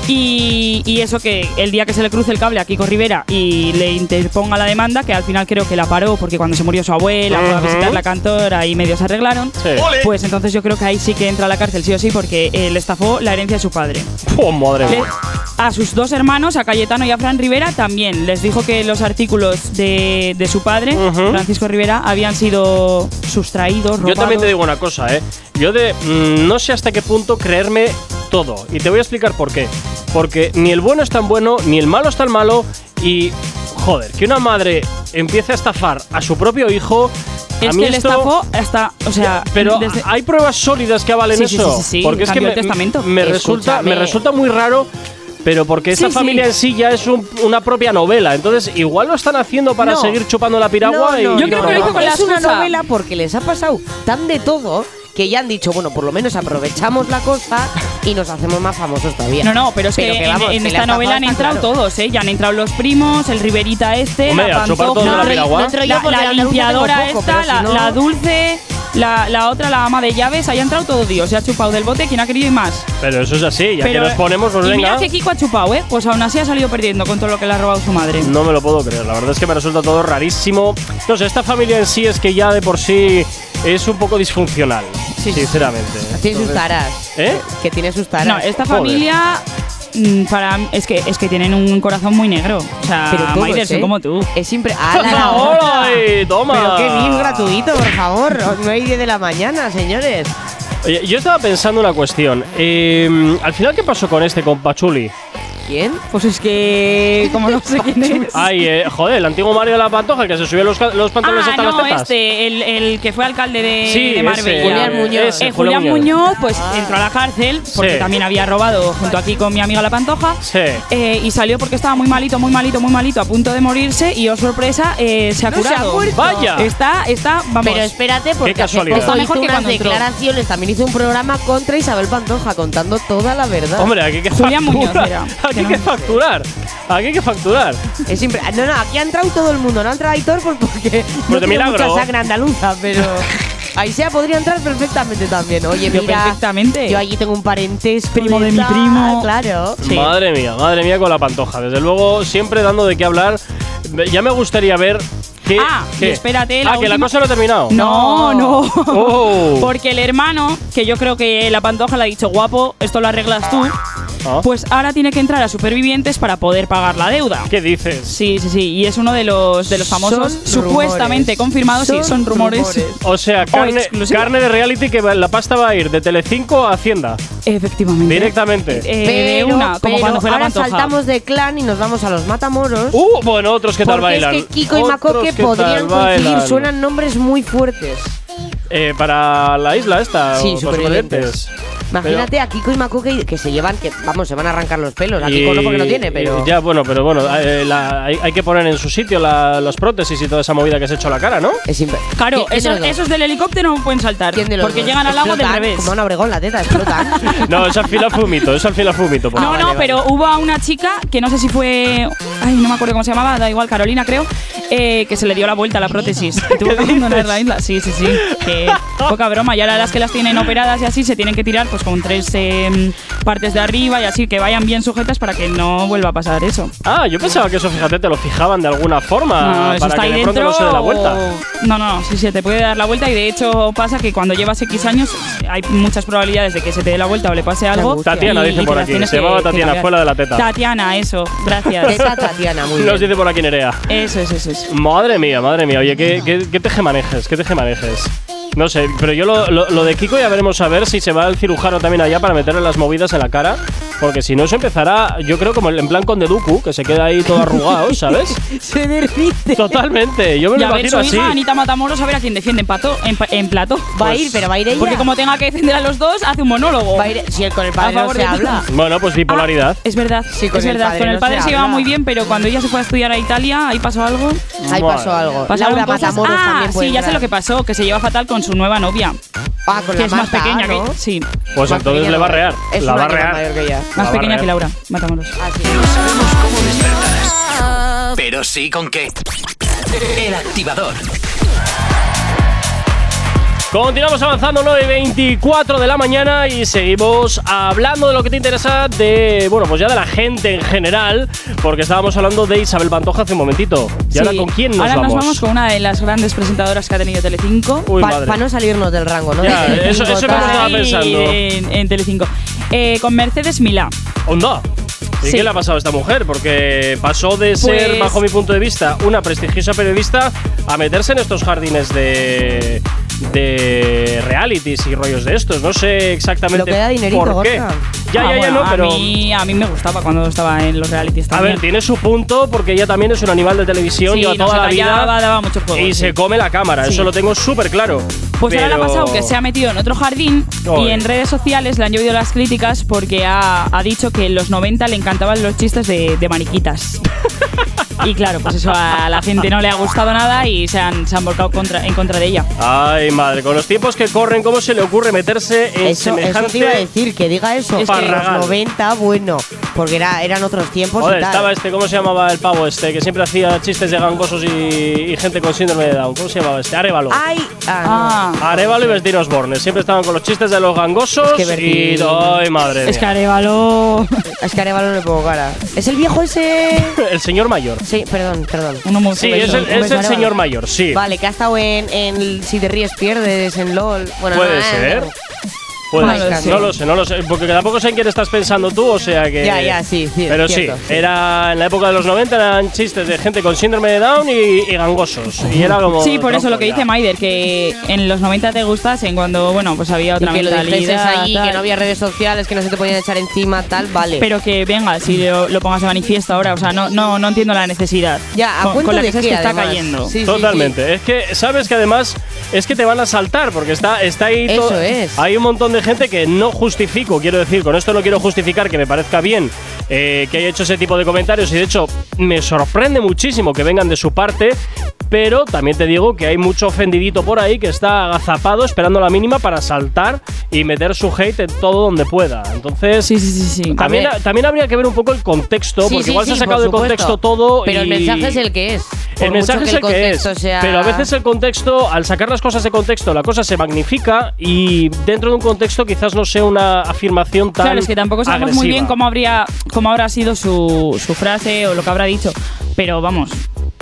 Speaker 4: Y eso que el día que se le cruce el cable a Kiko Rivera y le interponga la demanda, que al final creo que la paró porque cuando se murió su abuela fue a visitar la cantora y medio se arreglaron, pues entonces yo creo que ahí sí que entra a la cárcel sí o sí porque le estafó la herencia de su padre.
Speaker 1: ¡Oh, madre mía!
Speaker 4: A sus dos hermanos, a Cayetano y a Fran Rivera, también les dijo que los artículos de su padre, Francisco Rivera, habían sido sustraídos, robados.
Speaker 1: Yo también te digo una cosa, Yo no sé hasta qué punto creerme todo. Y te voy a explicar por qué. Porque ni el bueno es tan bueno, ni el malo es tan malo. Y, joder, que una madre empiece a estafar a su propio hijo…
Speaker 4: Es que le estafó hasta… O sea…
Speaker 1: Pero hay pruebas sólidas que avalen eso.
Speaker 4: Sí,
Speaker 1: porque es que me resulta muy raro… Pero porque esa familia en sí ya es una propia novela. Entonces, igual lo están haciendo para seguir chupando la piragua.
Speaker 4: Yo creo que lo hizo con la excusa.
Speaker 3: Es una novela porque les ha pasado tan de todo que ya han dicho, bueno, por lo menos aprovechamos la cosa y nos hacemos más famosos todavía.
Speaker 4: No, pero es que en esta novela han entrado todos, Ya han entrado los primos, el Riverita
Speaker 1: Hombre,
Speaker 4: la
Speaker 1: Pantoja,
Speaker 4: la limpiadora la Dulce… La otra, la ama de llaves, ahí ha entrado todo Dios. Se ha chupado del bote quien ha querido y más.
Speaker 1: Pero eso es así, ya que nos ponemos, pues venga.
Speaker 4: Mira que Kiko ha chupado, Pues aún así ha salido perdiendo con todo lo que le ha robado su madre.
Speaker 1: No me lo puedo creer, la verdad es que me resulta todo rarísimo. No sé, esta familia en sí es que ya de por sí es un poco disfuncional, sinceramente.
Speaker 3: Tiene sus taras. Que tiene sus taras.
Speaker 4: No, esta familia… es que tienen un corazón muy negro. O sea, Maider, son como tú.
Speaker 3: Es siempre…
Speaker 1: ¡Hola! ¡Toma!
Speaker 3: Pero qué bien gratuito, por favor. 9:10 de la mañana, señores.
Speaker 1: Oye, yo estaba pensando una cuestión. Al final, ¿qué pasó con Pachuli?
Speaker 3: ¿Quién?
Speaker 4: Pues es que… como no sé quién es.
Speaker 1: Ay, joder, el antiguo Mario de la Pantoja, el que se subió los pantalones hasta las tetas.
Speaker 4: El que fue alcalde de Marbella.
Speaker 3: Julián Muñoz.
Speaker 4: Julián Muñoz, pues entró a la cárcel porque también había robado junto aquí con mi amiga la Pantoja. Y salió porque estaba muy malito, a punto de morirse y, oh sorpresa, se ha curado.
Speaker 1: ¡Vaya!
Speaker 4: Está, vamos.
Speaker 3: Pero espérate, porque
Speaker 4: está mejor que
Speaker 3: unas declaraciones, también hizo un programa contra Isabel Pantoja, contando toda la verdad.
Speaker 1: Hombre, aquí que
Speaker 4: Julián Muñoz era.
Speaker 1: Aquí hay que facturar. Aquí hay que facturar.
Speaker 3: Es siempre. No, aquí ha entrado todo el mundo. No ha entrado Aitor porque
Speaker 1: no tiene
Speaker 3: mucha sangre andaluza, pero Aisea podría entrar perfectamente también. Oye, mira,
Speaker 4: perfectamente.
Speaker 3: Yo allí tengo un parentesco.
Speaker 4: Primo de mi primo.
Speaker 3: Claro.
Speaker 1: Sí. Madre mía con la Pantoja. Desde luego, siempre dando de qué hablar. Ya me gustaría ver ¿Qué?
Speaker 4: Y espérate,
Speaker 1: que la cosa no ha terminado.
Speaker 4: No.
Speaker 1: Oh.
Speaker 4: Porque el hermano, que yo creo que la Pantoja le ha dicho, guapo, esto lo arreglas tú, pues ahora tiene que entrar a Supervivientes para poder pagar la deuda.
Speaker 1: ¿Qué dices?
Speaker 4: Sí. Y es uno de los famosos supuestamente confirmados. Sí, son rumores.
Speaker 1: O sea, carne de reality que la pasta va a ir de Telecinco a Hacienda.
Speaker 4: Efectivamente.
Speaker 1: Directamente.
Speaker 4: Como cuando fue la
Speaker 3: ahora
Speaker 4: Pantoja.
Speaker 3: saltamos de clan y nos vamos a los Matamoros.
Speaker 1: Bueno, otros que tal bailan.
Speaker 3: Porque es que Kiko y Macoque podrían coincidir, suenan nombres muy fuertes.
Speaker 1: Para la isla esta.
Speaker 3: Sí,
Speaker 1: Supervivientes.
Speaker 3: Imagínate a Kiko y Macoque que se llevan, se van a arrancar los pelos. A Kiko no, porque no tiene, pero.
Speaker 1: Ya, bueno, hay que poner en su sitio las prótesis y toda esa movida que se ha hecho a la cara, ¿no?
Speaker 4: Claro, esos del helicóptero no pueden saltar. Porque llegan al agua del revés.
Speaker 3: Como Ana Obregón, la teta, explotan.
Speaker 1: No, es al final fumito.
Speaker 4: Pero hubo una chica que no sé si fue. Ay, no me acuerdo cómo se llamaba, da igual, Carolina, creo. Que se le dio la vuelta a la prótesis. Y tuvo que abandonar la isla. Sí. Que poca broma. Y ahora las que las tienen operadas y así se tienen que tirar pues con 3 partes de arriba y así que vayan bien sujetas para que no vuelva a pasar eso.
Speaker 1: Yo pensaba que eso, fíjate, te lo fijaban de alguna forma
Speaker 4: no,
Speaker 1: para que de pronto no se dé la vuelta.
Speaker 4: No, sí se te puede dar la vuelta y de hecho pasa que cuando llevas X años hay muchas probabilidades de que se te dé la vuelta o le pase algo.
Speaker 1: Tatiana, dicen por aquí. Se llamaba Tatiana, fue la de la teta.
Speaker 4: Tatiana, eso, gracias.
Speaker 3: Teta Tatiana, muy bien.
Speaker 1: Nos dice por aquí Nerea.
Speaker 4: Eso es.
Speaker 1: Madre mía. Oye, ¿qué tejemanejes? No sé, pero yo lo de Kiko ya veremos a ver si se va el cirujano también allá para meterle las movidas en la cara. Porque si no, se empezará, yo creo, como en plan con Deduku, que se queda ahí todo arrugado, ¿sabes?
Speaker 3: Se derrite.
Speaker 1: Totalmente, yo me lo imagino así.
Speaker 4: Hija, Anita Matamoros, a ver a quién defiende en plató.
Speaker 3: Va a ir ella.
Speaker 4: Porque como tenga que defender a los dos, hace un monólogo.
Speaker 3: Va a ir, si con el padre no se habla.
Speaker 1: Bueno, pues bipolaridad.
Speaker 4: Es verdad,
Speaker 3: sí, con el padre
Speaker 4: se lleva muy bien, pero cuando ella se fue a estudiar a Italia, ahí pasó algo.
Speaker 3: Laura Matamoros también puede
Speaker 4: ya sé lo que pasó, que se lleva fatal con su nueva novia.
Speaker 3: Con
Speaker 4: que
Speaker 3: la
Speaker 4: es más pequeña,
Speaker 3: ¿no?
Speaker 4: que sí.
Speaker 1: Pues entonces le va a rear.
Speaker 3: La va a rear. Mayor que ella.
Speaker 4: Más pequeña que Laura Matamoros.
Speaker 2: No sabemos cómo despertarás, pero sí con qué. El Activador.
Speaker 1: Continuamos avanzando, 9:24 de la mañana y seguimos hablando de lo que te interesa de, pues ya de la gente en general, porque estábamos hablando de Isabel Pantoja hace un momentito. ¿Y ahora con quién nos vamos?
Speaker 4: Ahora nos vamos con una de las grandes presentadoras que ha tenido Telecinco.
Speaker 3: Para no salirnos del rango, ¿no?
Speaker 1: Ya, eso me estaba pensando.
Speaker 4: En Telecinco. Con Mercedes Milá.
Speaker 1: ¡Onda! ¿Y qué le ha pasado a esta mujer? Porque pasó de ser, bajo mi punto de vista, una prestigiosa periodista a meterse en estos jardines de realities y rollos de estos. No sé exactamente
Speaker 3: lo que da dinerito,
Speaker 1: por qué.
Speaker 3: Gorka.
Speaker 4: Pero a mí me gustaba cuando estaba en los realities también.
Speaker 1: A ver, tiene su punto porque ella también es un animal de televisión, lleva toda la vida
Speaker 4: daba mucho juego,
Speaker 1: y se come la cámara, eso lo tengo súper claro.
Speaker 4: Pues ahora le ha pasado que se ha metido en otro jardín y en redes sociales le han llovido las críticas porque ha dicho que en los 90 le encantaban los chistes de mariquitas. Y claro, pues eso a la gente no le ha gustado nada y se han volcado en contra de ella.
Speaker 1: Ay, madre, con los tiempos que corren, ¿cómo se le ocurre meterse en semejante…
Speaker 3: Eso te iba a decir, que diga eso. Es que en los 90, porque eran otros tiempos.
Speaker 1: Joder,
Speaker 3: y tal.
Speaker 1: estaba ¿cómo se llamaba el pavo que siempre hacía chistes de gangosos y gente con síndrome de Down? ¿Cómo se llamaba Arévalo. Arévalo y Bestín Osborne. Siempre estaban con los chistes de los gangosos y… ¡Ay, madre mía!
Speaker 4: Es que Arévalo…
Speaker 3: no le pongo cara. ¿Es el viejo ese?
Speaker 1: El señor mayor.
Speaker 3: Sí, perdón.
Speaker 1: Sí, es el señor mayor, sí.
Speaker 3: Vale, que ha estado en Si te ríes pierdes, en LOL. Bueno,
Speaker 1: puede ser. No lo sé, porque tampoco sé en quién estás pensando tú, o sea que…
Speaker 3: Sí.
Speaker 1: Pero
Speaker 3: cierto,
Speaker 1: sí, era en la época de los 90 eran chistes de gente con síndrome de Down y gangosos. Y era como…
Speaker 4: Sí, por eso lo que dice Maider, que en los 90 te gustasen cuando, pues había otra mentalidad.
Speaker 3: Que lo dijeses ahí, que no había redes sociales, que no se te podían echar encima, tal, vale.
Speaker 4: Pero que venga, si lo pongas de manifiesto ahora, o sea, no entiendo la necesidad.
Speaker 3: Con
Speaker 4: la que
Speaker 3: que
Speaker 4: está cayendo.
Speaker 3: Sí,
Speaker 1: totalmente. Sí. Es que, sabes que además es que te van a saltar, porque está ahí todo…
Speaker 3: Eso es.
Speaker 1: Hay un montón de gente que no justifico, quiero decir, con esto no quiero justificar que me parezca bien que haya hecho ese tipo de comentarios y de hecho me sorprende muchísimo que vengan de su parte, pero también te digo que hay mucho ofendidito por ahí que está agazapado esperando la mínima para saltar y meter su hate en todo donde pueda. Entonces,
Speaker 4: sí.
Speaker 1: También habría que ver un poco el contexto, porque igual se ha sacado de contexto todo.
Speaker 3: Pero el mensaje es el que es.
Speaker 1: El mensaje es el que es. Pero a veces el contexto, al sacar las cosas de contexto, la cosa se magnifica y dentro de un contexto quizás no sea una afirmación tan…
Speaker 4: Claro, es que tampoco sabemos muy bien cómo habrá sido su frase o lo que habrá dicho. Pero vamos,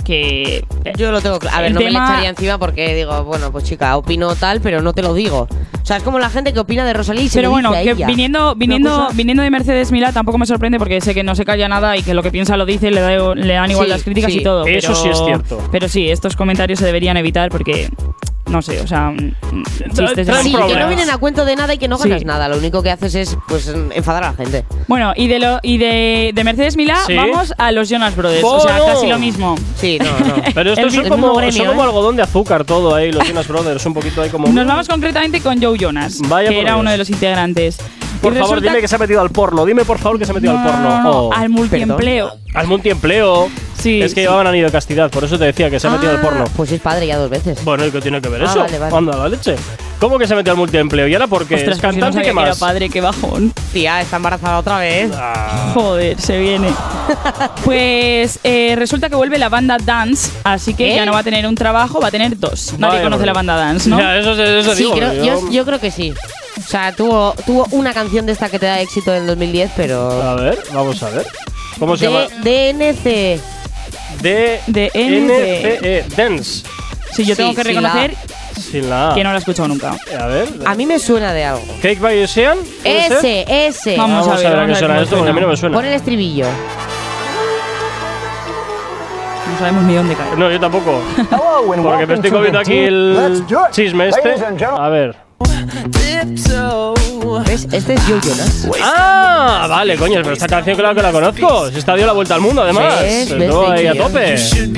Speaker 4: que
Speaker 3: Yo lo tengo claro. A ver,
Speaker 4: el
Speaker 3: no me le
Speaker 4: tema-
Speaker 3: echaría encima porque digo, bueno, pues chica, opino tal, pero no te lo digo. O sea, es como la gente que opina de Rosalía y se
Speaker 4: pero
Speaker 3: lo
Speaker 4: bueno,
Speaker 3: dice a
Speaker 4: que
Speaker 3: ella.
Speaker 4: viniendo
Speaker 3: Una cosa-
Speaker 4: de Mercedes Milá tampoco me sorprende porque sé que no se calla nada y que lo que piensa lo dice, le dan igual
Speaker 3: Sí,
Speaker 4: las críticas
Speaker 3: sí.
Speaker 4: y todo.
Speaker 1: Eso sí es cierto.
Speaker 4: Pero sí, estos comentarios se deberían evitar porque, no sé, o sea, chistes de
Speaker 1: traen
Speaker 3: Sí, que
Speaker 1: problemas.
Speaker 3: no vienen a cuento de nada y que no
Speaker 4: Sí.
Speaker 3: ganas nada. Lo único que haces es, pues, enfadar a la gente.
Speaker 4: Bueno, y de Mercedes Milá
Speaker 1: Sí.
Speaker 4: vamos a los Jonas Brothers. O sea,
Speaker 1: ¡Bueno!
Speaker 4: casi lo mismo.
Speaker 3: Sí, no.
Speaker 1: Pero estos
Speaker 3: El
Speaker 1: son
Speaker 3: mismo
Speaker 1: como,
Speaker 3: gremio,
Speaker 1: son como
Speaker 3: ¿eh?
Speaker 1: algodón de azúcar todo ahí, los Jonas Brothers, un poquito ahí como...
Speaker 4: Nos vamos concretamente con Joe Jonas,
Speaker 1: Vaya
Speaker 4: que
Speaker 1: por
Speaker 4: era
Speaker 1: Dios.
Speaker 4: uno de los integrantes.
Speaker 1: Por
Speaker 4: Y
Speaker 1: favor,
Speaker 4: resulta
Speaker 1: dime que se ha metido al porno. Dime, por favor, que se ha metido al porno.
Speaker 4: No,
Speaker 1: Oh.
Speaker 4: al multiempleo.
Speaker 1: Al multiempleo.
Speaker 4: Sí,
Speaker 1: Es que
Speaker 4: sí.
Speaker 1: llevaban anillo de castidad, por eso te decía que se ha metido al porno.
Speaker 3: Pues es padre ya 2 veces.
Speaker 1: Bueno, ¿y qué tiene que ver
Speaker 3: Ah,
Speaker 1: eso?
Speaker 3: vale, vale.
Speaker 1: Anda, la leche. ¿Cómo que se ha metido al multiempleo? ¿Y ahora por qué?
Speaker 4: Ostras,
Speaker 1: ¿Es
Speaker 4: pues si no
Speaker 1: cantante?
Speaker 4: sabía
Speaker 1: ¿Qué
Speaker 4: que era
Speaker 1: más?
Speaker 4: padre, qué bajón.
Speaker 3: Tía, está embarazada otra vez.
Speaker 1: Ah,
Speaker 4: Joder, se viene. Pues resulta que vuelve la banda Dance, así que
Speaker 3: ¿Eh?
Speaker 4: ya no va a tener un trabajo, va a tener 2. Nadie
Speaker 1: vaya
Speaker 4: conoce
Speaker 1: por
Speaker 4: la
Speaker 1: Dios.
Speaker 4: banda Dance, ¿no?
Speaker 1: Ya, eso
Speaker 3: Sí,
Speaker 1: digo.
Speaker 3: yo creo que sí. O sea, tuvo una canción de esta que te da éxito en el 2010, pero...
Speaker 1: A ver, vamos a ver. ¿Cómo se llama?
Speaker 3: DNC.
Speaker 1: DNCE, Dance.
Speaker 4: Sí, yo
Speaker 3: Sí,
Speaker 4: tengo que
Speaker 3: sin
Speaker 4: reconocer
Speaker 1: Sin la A.
Speaker 4: que no la he escuchado nunca.
Speaker 1: A ver.
Speaker 3: A mí me suena de algo.
Speaker 1: Cake by Ocean. ¿puede ser?
Speaker 3: Ese.
Speaker 4: Vamos a ver,
Speaker 1: a qué
Speaker 4: vamos a
Speaker 1: suena
Speaker 4: ver
Speaker 1: esto,
Speaker 4: cómo
Speaker 1: porque a mí no me
Speaker 4: suena.
Speaker 1: suena.
Speaker 3: Pon el estribillo.
Speaker 4: No sabemos ni dónde cae.
Speaker 1: No, yo tampoco. Porque me estoy comiendo aquí el chisme este. A ver.
Speaker 3: ¿Ves? Este es Joe Jonas.
Speaker 1: Ah, vale, coño, pero esta canción claro que la conozco. Si esta dio la vuelta al mundo, además.
Speaker 3: ¿Ves?
Speaker 1: Estuvo ahí a tope.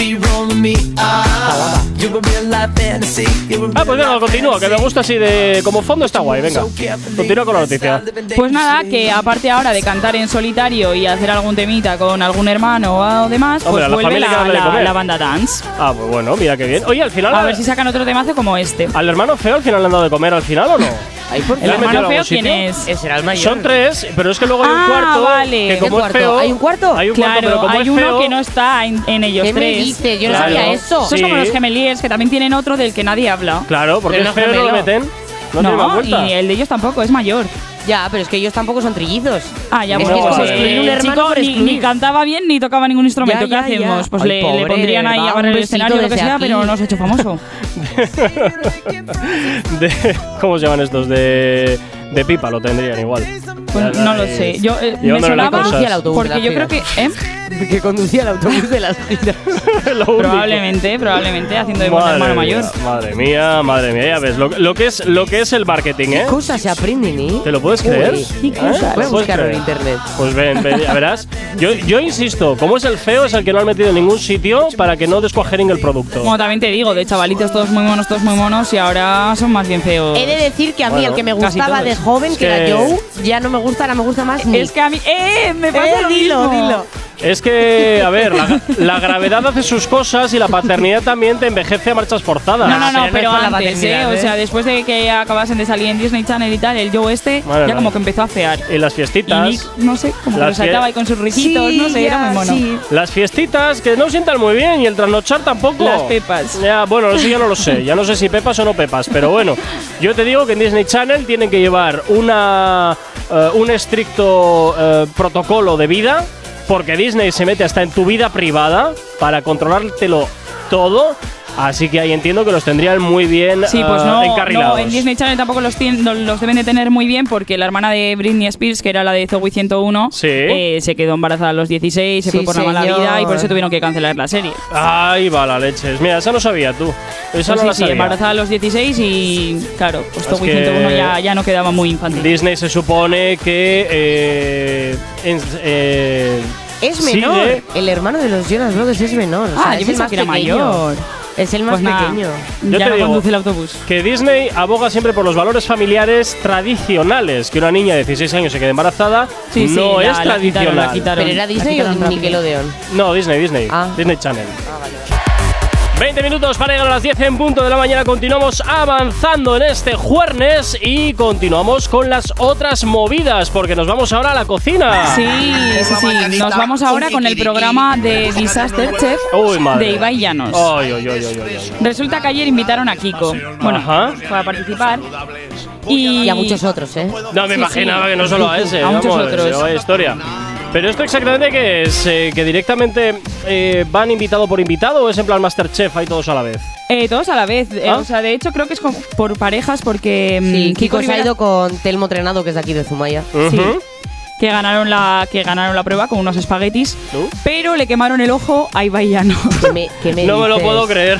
Speaker 1: Ah, pues venga, continúa, que me gusta así de. Como fondo está guay, venga. Continúa con la noticia.
Speaker 4: Pues nada, que aparte ahora de cantar en solitario y hacer algún temita con algún hermano o demás,
Speaker 1: Hombre,
Speaker 4: pues
Speaker 1: a la
Speaker 4: vuelve
Speaker 1: familia que darle de comer.
Speaker 4: la banda Dance.
Speaker 1: Ah, pues bueno, mira qué bien. Oye, al final.
Speaker 4: A ver si sacan otro temazo como este.
Speaker 1: ¿Al hermano feo al final le han dado de comer al final o no?
Speaker 3: Ahí por
Speaker 4: ¿El
Speaker 1: ¿Le han metido
Speaker 4: hermano
Speaker 1: en
Speaker 4: feo
Speaker 1: algún
Speaker 4: quién
Speaker 1: sitio?
Speaker 4: es?
Speaker 3: Ese era el mayor.
Speaker 1: Son 3, pero es que luego hay un
Speaker 4: Ah,
Speaker 1: cuarto.
Speaker 4: vale.
Speaker 1: Que
Speaker 3: ¿Qué
Speaker 1: como es
Speaker 3: cuarto?
Speaker 1: feo.
Speaker 3: ¿Hay un cuarto?
Speaker 1: Hay un cuarto,
Speaker 4: Claro,
Speaker 1: pero como
Speaker 4: hay
Speaker 1: es feo.
Speaker 4: uno que no está en ellos
Speaker 3: ¿Qué me
Speaker 4: tres.
Speaker 3: dices? Yo no
Speaker 1: Claro.
Speaker 3: sabía eso.
Speaker 4: Estos
Speaker 1: Sí.
Speaker 4: como los Gemeliers, que también tienen otro del que nadie habla.
Speaker 1: Claro, porque
Speaker 3: Pero
Speaker 1: es
Speaker 3: no
Speaker 1: feo y no lo
Speaker 3: gemelo.
Speaker 1: meten. No, tiene más vuelta.
Speaker 4: y el de ellos tampoco, es mayor.
Speaker 3: Ya, pero es que ellos tampoco son trillizos.
Speaker 4: Ah, ya,
Speaker 3: Es
Speaker 4: bueno,
Speaker 3: que
Speaker 1: pues
Speaker 4: pues
Speaker 1: excluir un
Speaker 3: hermano
Speaker 4: chico
Speaker 3: por
Speaker 4: ni
Speaker 3: excluir.
Speaker 4: cantaba bien ni tocaba ningún instrumento.
Speaker 3: Ya,
Speaker 4: ¿Qué
Speaker 3: ya, ya.
Speaker 4: hacemos? Pues
Speaker 3: Ay,
Speaker 4: le
Speaker 3: pobre,
Speaker 4: pondrían ahí
Speaker 3: va,
Speaker 4: a barrer
Speaker 3: un
Speaker 4: el
Speaker 3: besito
Speaker 4: escenario o lo que
Speaker 3: desde
Speaker 4: sea,
Speaker 3: aquí.
Speaker 4: pero no se ha hecho famoso.
Speaker 1: ¿Cómo se llaman estos? De pipa lo tendrían igual.
Speaker 4: Pues no lo sé. Yo me
Speaker 1: Llevándole
Speaker 4: sonaba
Speaker 1: cosas.
Speaker 3: Conducía el autobús de
Speaker 4: porque
Speaker 3: las
Speaker 4: yo creo que
Speaker 3: giras. Que conducía el autobús de las giras.
Speaker 1: Lo único.
Speaker 4: probablemente haciendo de buen hermano mayor.
Speaker 1: Madre mía, ya ves lo que es el marketing, ¿eh?
Speaker 3: ¿Qué cosas se aprenden, eh?
Speaker 1: ¿Te lo puedes creer?
Speaker 3: Uy, ¿qué cosas?
Speaker 1: ¿Eh?
Speaker 3: Voy a
Speaker 1: ¿Lo puedes
Speaker 3: buscarlo en
Speaker 1: creer?
Speaker 3: internet.
Speaker 1: Pues ven, ya verás. Yo insisto, como es el feo, es el que no han metido en ningún sitio para que no descuajeren el producto.
Speaker 4: Como también te digo, de chavalitos todos muy monos y ahora son más bien feos.
Speaker 3: He de decir que a mí
Speaker 1: Bueno,
Speaker 3: el que me
Speaker 4: casi
Speaker 3: gustaba
Speaker 4: todos.
Speaker 3: de joven,
Speaker 1: Es
Speaker 3: que
Speaker 1: que-
Speaker 3: era Joe, ya no me gusta, ahora me gusta más Nick.
Speaker 4: Es que a mí. Me pasa lo
Speaker 3: dilo,
Speaker 4: mismo.
Speaker 3: dilo.
Speaker 1: Es que, a ver, la gravedad hace sus cosas y la paternidad también te envejece a marchas forzadas.
Speaker 4: No,
Speaker 3: pero
Speaker 4: pero
Speaker 3: no es por la
Speaker 4: antes,
Speaker 3: paternidad,
Speaker 4: O
Speaker 3: ¿eh?
Speaker 4: sea, después de que acabasen de salir en Disney Channel y tal, el Joe este
Speaker 1: Madre
Speaker 4: ya
Speaker 1: mía.
Speaker 4: como que empezó a fear.
Speaker 1: Y las
Speaker 4: Y
Speaker 1: fiestitas.
Speaker 4: Nick, no sé, como que
Speaker 1: Las
Speaker 4: resaltaba
Speaker 1: fie-
Speaker 4: ahí con sus risitos,
Speaker 3: Sí,
Speaker 4: no sé, era
Speaker 3: ya,
Speaker 4: muy mono.
Speaker 3: sí.
Speaker 1: Las fiestitas que no sientan muy bien y el trasnochar tampoco.
Speaker 4: Las pepas.
Speaker 1: Ya, bueno, eso ya no lo sé. Ya no sé si pepas o no pepas. Pero bueno, yo te digo que en Disney Channel tienen que llevar un estricto protocolo de vida. Porque Disney se mete hasta en tu vida privada para controlártelo todo. Así que ahí entiendo que los tendrían muy bien
Speaker 4: Sí, pues no,
Speaker 1: encarrilados.
Speaker 4: en Disney Channel tampoco los deben de tener muy bien porque la hermana de Britney Spears, que era la de Zoey 101,
Speaker 1: Sí.
Speaker 4: se quedó embarazada a los 16, se
Speaker 3: Sí,
Speaker 4: fue por la mala
Speaker 3: señor.
Speaker 4: vida y por eso tuvieron que cancelar la serie.
Speaker 1: Ay, va la leche. Mira, esa no sabía tú. Esa
Speaker 4: Pues
Speaker 1: no la
Speaker 4: sí,
Speaker 1: sabía.
Speaker 4: embarazada a los 16 y claro, pues
Speaker 1: Es
Speaker 4: Zoey
Speaker 1: que
Speaker 4: 101 ya no quedaba muy infantil.
Speaker 1: Disney se supone que
Speaker 3: Es
Speaker 1: sigue-
Speaker 3: menor. El hermano de los Jonas Brothers es menor. O sea,
Speaker 4: Ah,
Speaker 3: es
Speaker 4: yo
Speaker 3: el
Speaker 4: pensaba
Speaker 3: más
Speaker 4: que era
Speaker 3: pequeño.
Speaker 4: mayor.
Speaker 3: Es el más
Speaker 4: Pues nada,
Speaker 3: pequeño.
Speaker 1: Yo
Speaker 4: ya
Speaker 1: te
Speaker 4: no
Speaker 1: digo
Speaker 4: conduce el autobús.
Speaker 1: que Disney aboga siempre por los valores familiares tradicionales. Que una niña de 16 años se quede embarazada
Speaker 4: Sí, sí,
Speaker 1: no
Speaker 4: la-
Speaker 1: es
Speaker 4: la
Speaker 1: tradicional.
Speaker 4: quitaron.
Speaker 3: ¿Pero era
Speaker 4: La
Speaker 3: Disney o
Speaker 4: quitaron rápido.
Speaker 3: Nickelodeon?
Speaker 1: No, Disney.
Speaker 3: Ah.
Speaker 1: Disney Channel. 20 minutos para llegar a las 10 en punto de la mañana. Continuamos avanzando en este jueves y continuamos con las otras movidas porque nos vamos ahora a la cocina.
Speaker 4: Sí. Nos vamos ahora con el programa de Disaster Chef
Speaker 1: Uy, madre.
Speaker 4: de Ibai Llanos.
Speaker 1: Ay.
Speaker 4: Resulta que ayer invitaron a Kiko. Bueno,
Speaker 1: Ajá.
Speaker 4: fue a participar. Y
Speaker 3: Y a muchos otros, ¿eh?
Speaker 1: No me
Speaker 4: Sí,
Speaker 1: imaginaba
Speaker 4: sí.
Speaker 1: que no solo a ese.
Speaker 4: A muchos
Speaker 1: vamos,
Speaker 4: otros.
Speaker 1: vaya historia. Pero esto exactamente ¿qué es? ¿Que directamente van invitado por invitado o es en plan Masterchef ahí todos a la vez?
Speaker 4: Todos a la vez.
Speaker 1: ¿Ah?
Speaker 4: O sea, de hecho creo que es por parejas porque
Speaker 3: Sí, Kiko se ha
Speaker 4: Rivera-
Speaker 3: ido con Telmo Trenado, que es de aquí de Zumaya.
Speaker 4: Sí. Que ganaron la prueba con unos espaguetis, pero le quemaron el ojo a Ibai Llano.
Speaker 3: ¿Qué me
Speaker 1: No me lo
Speaker 3: dices?
Speaker 1: puedo creer.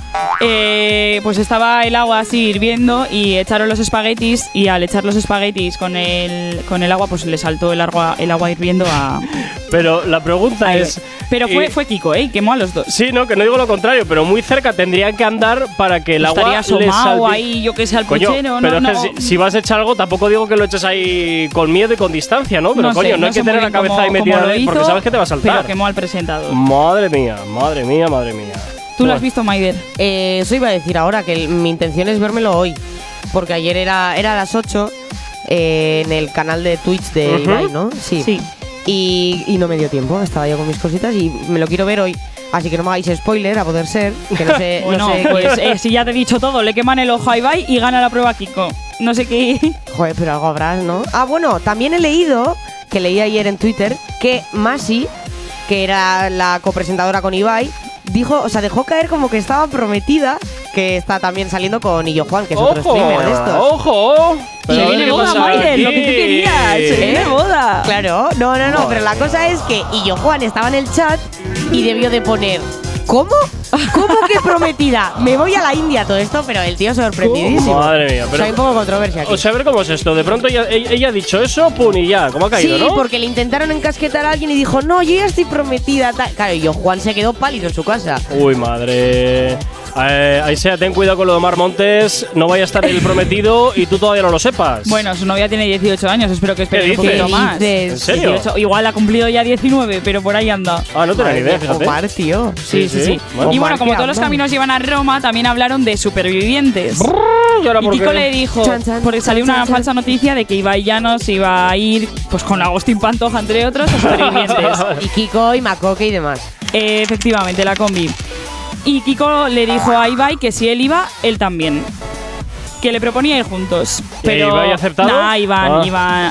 Speaker 4: Pues estaba el agua así hirviendo y echaron los espaguetis y al echar los espaguetis con el agua pues le saltó el agua hirviendo a…
Speaker 1: Pero la pregunta
Speaker 4: a
Speaker 1: es…
Speaker 4: Pero fue Kiko, quemó a los dos.
Speaker 1: Sí, no, que no digo lo contrario, pero muy cerca tendrían que andar para que el
Speaker 4: Estaría
Speaker 1: agua les
Speaker 4: asomado
Speaker 1: salte.
Speaker 4: ahí, yo que sé, al
Speaker 1: Coño,
Speaker 4: puchero,
Speaker 1: pero
Speaker 4: no,
Speaker 1: es que
Speaker 4: no.
Speaker 1: si vas a echar algo, tampoco digo que lo eches ahí con miedo y con distancia, ¿no? Pero
Speaker 4: No
Speaker 1: coño,
Speaker 4: sé,
Speaker 1: no hay
Speaker 4: sé
Speaker 1: que
Speaker 4: muy
Speaker 1: tener la
Speaker 4: bien
Speaker 1: cabeza ahí
Speaker 4: cómo
Speaker 1: metida
Speaker 4: lo
Speaker 1: porque
Speaker 4: hizo,
Speaker 1: sabes que te va a saltar.
Speaker 4: Pero quemó al presentador.
Speaker 1: Madre mía, madre mía, madre mía.
Speaker 4: ¿Tú lo
Speaker 1: Bueno.
Speaker 4: has visto, Maider?
Speaker 3: Eso iba a decir ahora, que mi intención es vérmelo hoy. Porque ayer era a las 8 en el canal de Twitch de Ibai, ¿no? Sí. Y no me dio tiempo, estaba yo con mis cositas y me lo quiero ver hoy. Así que no me hagáis spoiler, a poder ser. Que no sé,
Speaker 4: Bueno,
Speaker 3: no sé
Speaker 4: pues si ya te he dicho todo, le queman el ojo a Ibai y gana la prueba Kiko. No sé qué.
Speaker 3: Joder, pero algo habrá, ¿no? Ah, bueno, también he leído, que leí ayer en Twitter, que Masi, que era la copresentadora con Ibai, dejó caer como que estaba prometida, que está también saliendo con Illo Juan, que es otro streamer de estos.
Speaker 1: ¡Ojo! Pero
Speaker 4: Se
Speaker 1: a ver
Speaker 4: viene
Speaker 1: qué
Speaker 4: boda,
Speaker 1: pasa
Speaker 4: Maider,
Speaker 1: aquí.
Speaker 4: lo que tú querías. Se viene boda.
Speaker 3: Claro, no, pero la cosa es que Illo Juan estaba en el chat y debió de poner ¿cómo? ¿Cómo que prometida? Me voy a la India todo esto, pero el tío sorprendidísimo.
Speaker 1: Madre mía,
Speaker 3: O
Speaker 1: pero…
Speaker 3: sea, hay un poco de controversia aquí.
Speaker 1: O sea, a ver cómo es esto. De pronto ella ha dicho eso, pum, y ya. ¿Cómo ha caído,
Speaker 3: Sí,
Speaker 1: no?
Speaker 3: porque le intentaron encasquetar a alguien y dijo, no, yo ya estoy prometida. Claro, y Juan se quedó pálido en su casa.
Speaker 1: Uy, madre… ahí sea, ten cuidado con lo de Omar Montes. No vaya a estar el prometido y tú todavía no lo sepas.
Speaker 4: Bueno, su novia tiene 18 años, espero que espere
Speaker 1: ¿Qué
Speaker 4: un poquito
Speaker 1: dices?
Speaker 4: más.
Speaker 1: ¿En serio?
Speaker 4: 18, igual ha cumplido ya 19, pero por ahí anda.
Speaker 1: Ah, no tenía ni idea, fíjate.
Speaker 3: Omar, tío.
Speaker 4: Sí.
Speaker 1: Bueno.
Speaker 4: Y bueno,
Speaker 3: Omar,
Speaker 4: como
Speaker 3: ¿qué
Speaker 4: todos los
Speaker 3: andan?
Speaker 4: caminos llevan a Roma, también hablaron de supervivientes.
Speaker 1: ¿Y ahora
Speaker 4: Y
Speaker 1: por
Speaker 4: Kiko
Speaker 1: qué?
Speaker 4: le dijo,
Speaker 3: Chan, chan,
Speaker 4: porque salió
Speaker 3: chan,
Speaker 4: una
Speaker 3: chan,
Speaker 4: falsa noticia de que Ibai Llanos iba a ir pues con Agustín Pantoja, entre otros, a supervivientes.
Speaker 3: Y Kiko y Macoque y demás.
Speaker 4: Efectivamente, la combi. Y Kiko le dijo a Ibai que si él iba, él también. Que le proponía ir juntos.
Speaker 1: ¿Y
Speaker 4: Pero
Speaker 1: Ibai ha aceptado?
Speaker 4: Nah, Ibai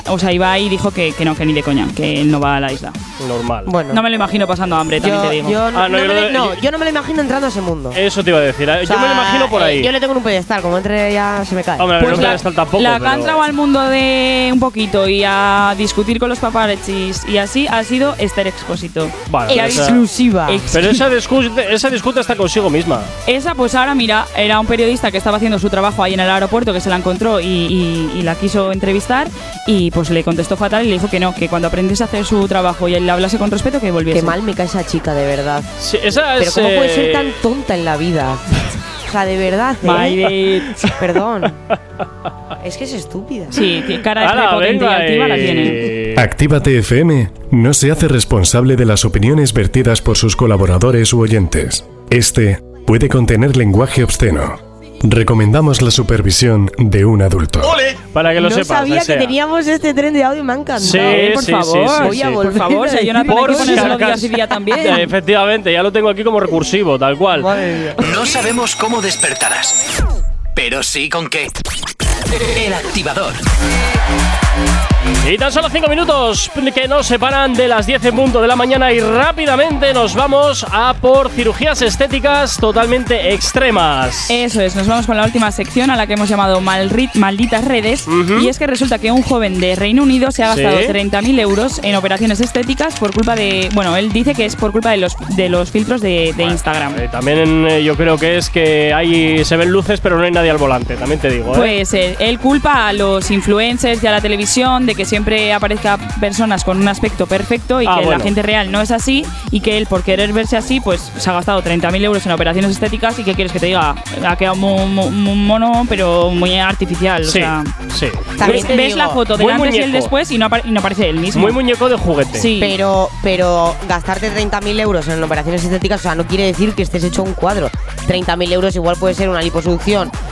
Speaker 4: dijo que no, que ni de coña, que él no va a la isla.
Speaker 1: Normal.
Speaker 3: Bueno,
Speaker 4: No me lo imagino pasando hambre, también te digo.
Speaker 3: yo
Speaker 1: Ah, no, yo lo-
Speaker 3: yo no me lo imagino entrando a ese mundo.
Speaker 1: Eso te iba a decir.
Speaker 3: O
Speaker 1: Yo
Speaker 3: sea,
Speaker 1: me lo imagino por ahí.
Speaker 3: Yo le tengo en un pedestal, como entre ya se me cae.
Speaker 1: Hombre,
Speaker 4: Pues
Speaker 1: no
Speaker 4: la,
Speaker 1: me está tampoco.
Speaker 4: la que
Speaker 1: pero…
Speaker 4: ha entrado al mundo de un poquito y a discutir con los paparazzis y así ha sido Esther Expósito.
Speaker 1: Vale,
Speaker 4: Que ha
Speaker 1: esa-
Speaker 3: Exclusiva.
Speaker 1: Pero esa discuta está consigo misma.
Speaker 4: Esa, pues ahora mira, era un periodista que estaba haciendo su trabajo ahí en el aeropuerto, que se la encontró y la quiso entrevistar y pues le contestó fatal y le dijo que no, que cuando aprendiese a hacer su trabajo y él le hablase con respeto, que volviese.
Speaker 3: Qué mal me cae esa chica, de verdad.
Speaker 1: Sí, esa
Speaker 3: Pero
Speaker 1: es…
Speaker 3: ¿cómo puede ser tan tonta en la vida? O sea, de verdad, ¿eh?
Speaker 4: Maider.
Speaker 3: Perdón. Es que es estúpida.
Speaker 4: Sí, tiene cara de
Speaker 1: ¡Hala,
Speaker 4: prepotente y
Speaker 1: venga!
Speaker 4: altiva la tiene.
Speaker 8: Actívate FM no se hace responsable de las opiniones vertidas por sus colaboradores u oyentes. Este puede contener lenguaje obsceno. Recomendamos la supervisión de un adulto.
Speaker 1: Para que lo
Speaker 3: no
Speaker 1: sepas.
Speaker 3: sabía
Speaker 1: Desea.
Speaker 3: que teníamos este tren de audio y me ha encantado.
Speaker 1: Sí,
Speaker 4: Por
Speaker 1: sí,
Speaker 4: favor,
Speaker 1: sí, sí,
Speaker 3: voy a
Speaker 1: sí.
Speaker 3: volver.
Speaker 4: Por favor, si a Jonathan
Speaker 1: Por
Speaker 4: hay que ponérselo
Speaker 1: si
Speaker 4: día
Speaker 1: acaso.
Speaker 4: sí día también.
Speaker 1: Efectivamente, ya lo tengo aquí como recursivo, tal cual.
Speaker 3: Madre mía.
Speaker 2: No sabemos cómo despertarás, pero sí con qué. El activador.
Speaker 1: Y tan solo 5 minutos que nos separan de las 10 en punto de la mañana y rápidamente nos vamos a por cirugías estéticas totalmente extremas.
Speaker 4: Eso es, nos vamos con la última sección a la que hemos llamado Malditas Redes. Y es que resulta que un joven de Reino Unido se ha gastado
Speaker 1: Sí.
Speaker 4: 30.000 euros en operaciones estéticas por culpa de… Bueno, él dice que es por culpa de los filtros de Instagram.
Speaker 1: También yo creo que es que ahí se ven luces pero no hay nadie al volante, también te digo.
Speaker 4: Pues él culpa a los influencers y a la televisión de que siempre aparezca personas con un aspecto perfecto y que
Speaker 1: bueno.
Speaker 4: la gente real no es así y que él, por querer verse así, pues se ha gastado 30.000 euros en operaciones estéticas y ¿qué quieres que te diga? Ha quedado muy mono, pero muy artificial.
Speaker 1: Sí,
Speaker 4: O sea,
Speaker 1: sí.
Speaker 3: También
Speaker 4: ves,
Speaker 3: te
Speaker 4: ves
Speaker 3: digo,
Speaker 4: la foto
Speaker 1: muy
Speaker 4: del antes y el
Speaker 1: muñeco.
Speaker 4: después y no aparece él mismo.
Speaker 1: Muy muñeco de juguete.
Speaker 4: Sí.
Speaker 3: Pero gastarte 30.000 euros en operaciones estéticas, o sea, no quiere decir que estés hecho un cuadro. 30.000 euros igual puede ser una liposucción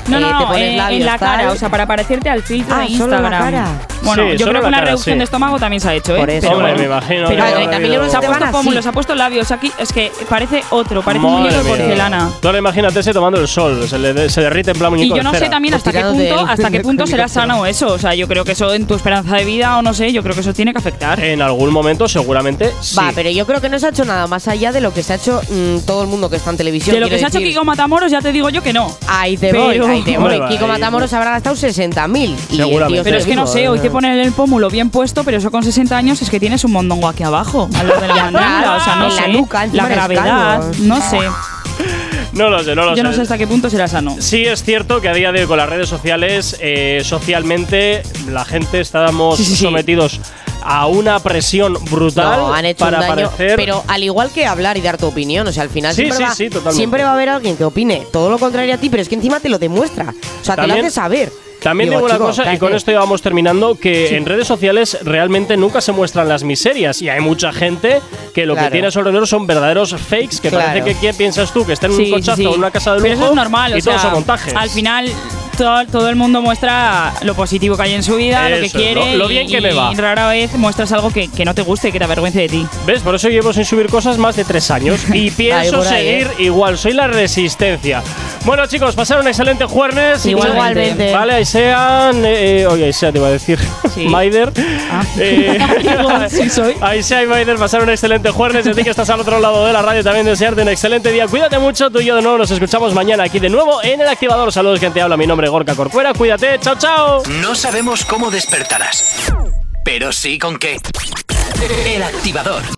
Speaker 4: No,
Speaker 3: te pones
Speaker 4: en
Speaker 3: labios,
Speaker 4: la cara,
Speaker 3: tal.
Speaker 4: o sea, para parecerte al filtro de
Speaker 3: solo
Speaker 4: Instagram.
Speaker 3: la cara.
Speaker 4: Bueno,
Speaker 1: Sí,
Speaker 4: yo
Speaker 1: solo
Speaker 4: creo que
Speaker 1: la
Speaker 4: una
Speaker 1: cara,
Speaker 4: reducción
Speaker 1: sí.
Speaker 4: de estómago también se ha hecho, ¿eh?
Speaker 3: Por eso.
Speaker 1: Hombre,
Speaker 3: bueno.
Speaker 1: me imagino.
Speaker 4: Pero
Speaker 1: que
Speaker 3: y
Speaker 1: habrá
Speaker 3: también
Speaker 1: habido-
Speaker 3: se
Speaker 4: ha
Speaker 3: te van
Speaker 4: puesto
Speaker 3: así.
Speaker 4: pómulos, ha puesto labios aquí, es que parece otro, parece un
Speaker 1: Madre
Speaker 4: muñeco de
Speaker 1: mía.
Speaker 4: porcelana.
Speaker 1: Tú ahora imagínate ese tomando el sol, se derrite en plan
Speaker 4: Y
Speaker 1: muñeco
Speaker 4: yo no
Speaker 1: de
Speaker 4: sé
Speaker 1: cera.
Speaker 4: también
Speaker 3: O
Speaker 4: hasta qué
Speaker 3: tirándote
Speaker 4: punto,
Speaker 3: del-
Speaker 4: hasta qué punto será
Speaker 3: helicóptero.
Speaker 4: sano eso. O sea, yo creo que eso en tu esperanza de vida o no sé, yo creo que eso tiene que afectar.
Speaker 1: En algún momento seguramente sí.
Speaker 3: Va, pero yo creo que no se ha hecho nada más allá de lo que se ha hecho todo el mundo que está en televisión.
Speaker 4: De lo que
Speaker 3: quiero
Speaker 4: se ha hecho
Speaker 3: decir.
Speaker 4: Kiko Matamoros ya te digo yo que no.
Speaker 3: Ahí te
Speaker 4: Pero-
Speaker 3: voy, ahí te voy.
Speaker 1: Hombre,
Speaker 3: Kiko
Speaker 1: ahí-
Speaker 3: Matamoros habrá gastado 60.000. Y el
Speaker 1: Seguramente.
Speaker 3: tío
Speaker 4: Pero es que no
Speaker 3: vivo,
Speaker 4: sé, hoy te ponen el pómulo bien puesto, pero eso con 60 años es que tienes un mondongo aquí abajo, al lado de la mandíbula. O sea, no
Speaker 3: en la
Speaker 4: sé.
Speaker 3: nuca, encima
Speaker 4: la
Speaker 3: eres
Speaker 4: gravedad,
Speaker 3: calvo.
Speaker 4: no sé.
Speaker 1: No lo sé, no lo sé.
Speaker 4: Yo no sé hasta qué punto será sano.
Speaker 1: Sí es cierto que a día de hoy con las redes sociales, socialmente, la gente estamos
Speaker 4: Sí.
Speaker 1: sometidos a una presión brutal
Speaker 3: No, han hecho
Speaker 1: para
Speaker 3: un daño,
Speaker 1: parecer…
Speaker 3: pero al igual que hablar y dar tu opinión, o sea, al final
Speaker 1: Sí,
Speaker 3: siempre,
Speaker 1: sí, sí, totalmente.
Speaker 3: siempre va a haber alguien que opine todo lo contrario a ti, pero es que encima te lo demuestra, o sea, te
Speaker 1: También-
Speaker 3: lo hace saber.
Speaker 1: También digo una
Speaker 3: chico,
Speaker 1: cosa, y
Speaker 3: cállate.
Speaker 1: con esto ya vamos terminando, que en redes sociales realmente nunca se muestran las miserias. Y hay mucha gente que lo que
Speaker 3: Claro.
Speaker 1: tiene a su alrededor son verdaderos fakes, que
Speaker 3: Claro.
Speaker 1: parece que ¿quién piensas tú? Que está en un
Speaker 4: Sí,
Speaker 1: cochazo
Speaker 4: sí.
Speaker 1: o en una casa de lujo.
Speaker 4: Pero eso es normal,
Speaker 1: y
Speaker 4: o sea,
Speaker 1: todos son montajes.
Speaker 4: al final todo el mundo muestra lo positivo que hay en su vida, lo que
Speaker 1: Eso es,
Speaker 4: quiere,
Speaker 1: lo bien que me va.
Speaker 4: y rara vez muestras algo que no te guste, que te avergüence de ti.
Speaker 1: ¿Ves? Por eso llevo sin subir cosas más de 3 años. Y pienso
Speaker 3: por ahí,
Speaker 1: seguir igual. Soy la resistencia. Bueno, chicos, pasar un excelente jueves.
Speaker 3: Igualmente.
Speaker 1: Vale, Aisean. Oye, Aisea te iba a decir.
Speaker 4: Sí.
Speaker 1: Maider.
Speaker 4: Ah. Igual, sí soy.
Speaker 1: Aisea y Maider, pasar un excelente jueves. Y a ti que estás al otro lado de la radio, también desearte un excelente día. Cuídate mucho. Tú y yo de nuevo nos escuchamos mañana aquí de nuevo en El Activador. Saludos, quien te habla. Mi nombre es Gorka Corcuera. Cuídate. Chao, chao.
Speaker 2: No sabemos cómo despertarás, pero sí con qué. El Activador.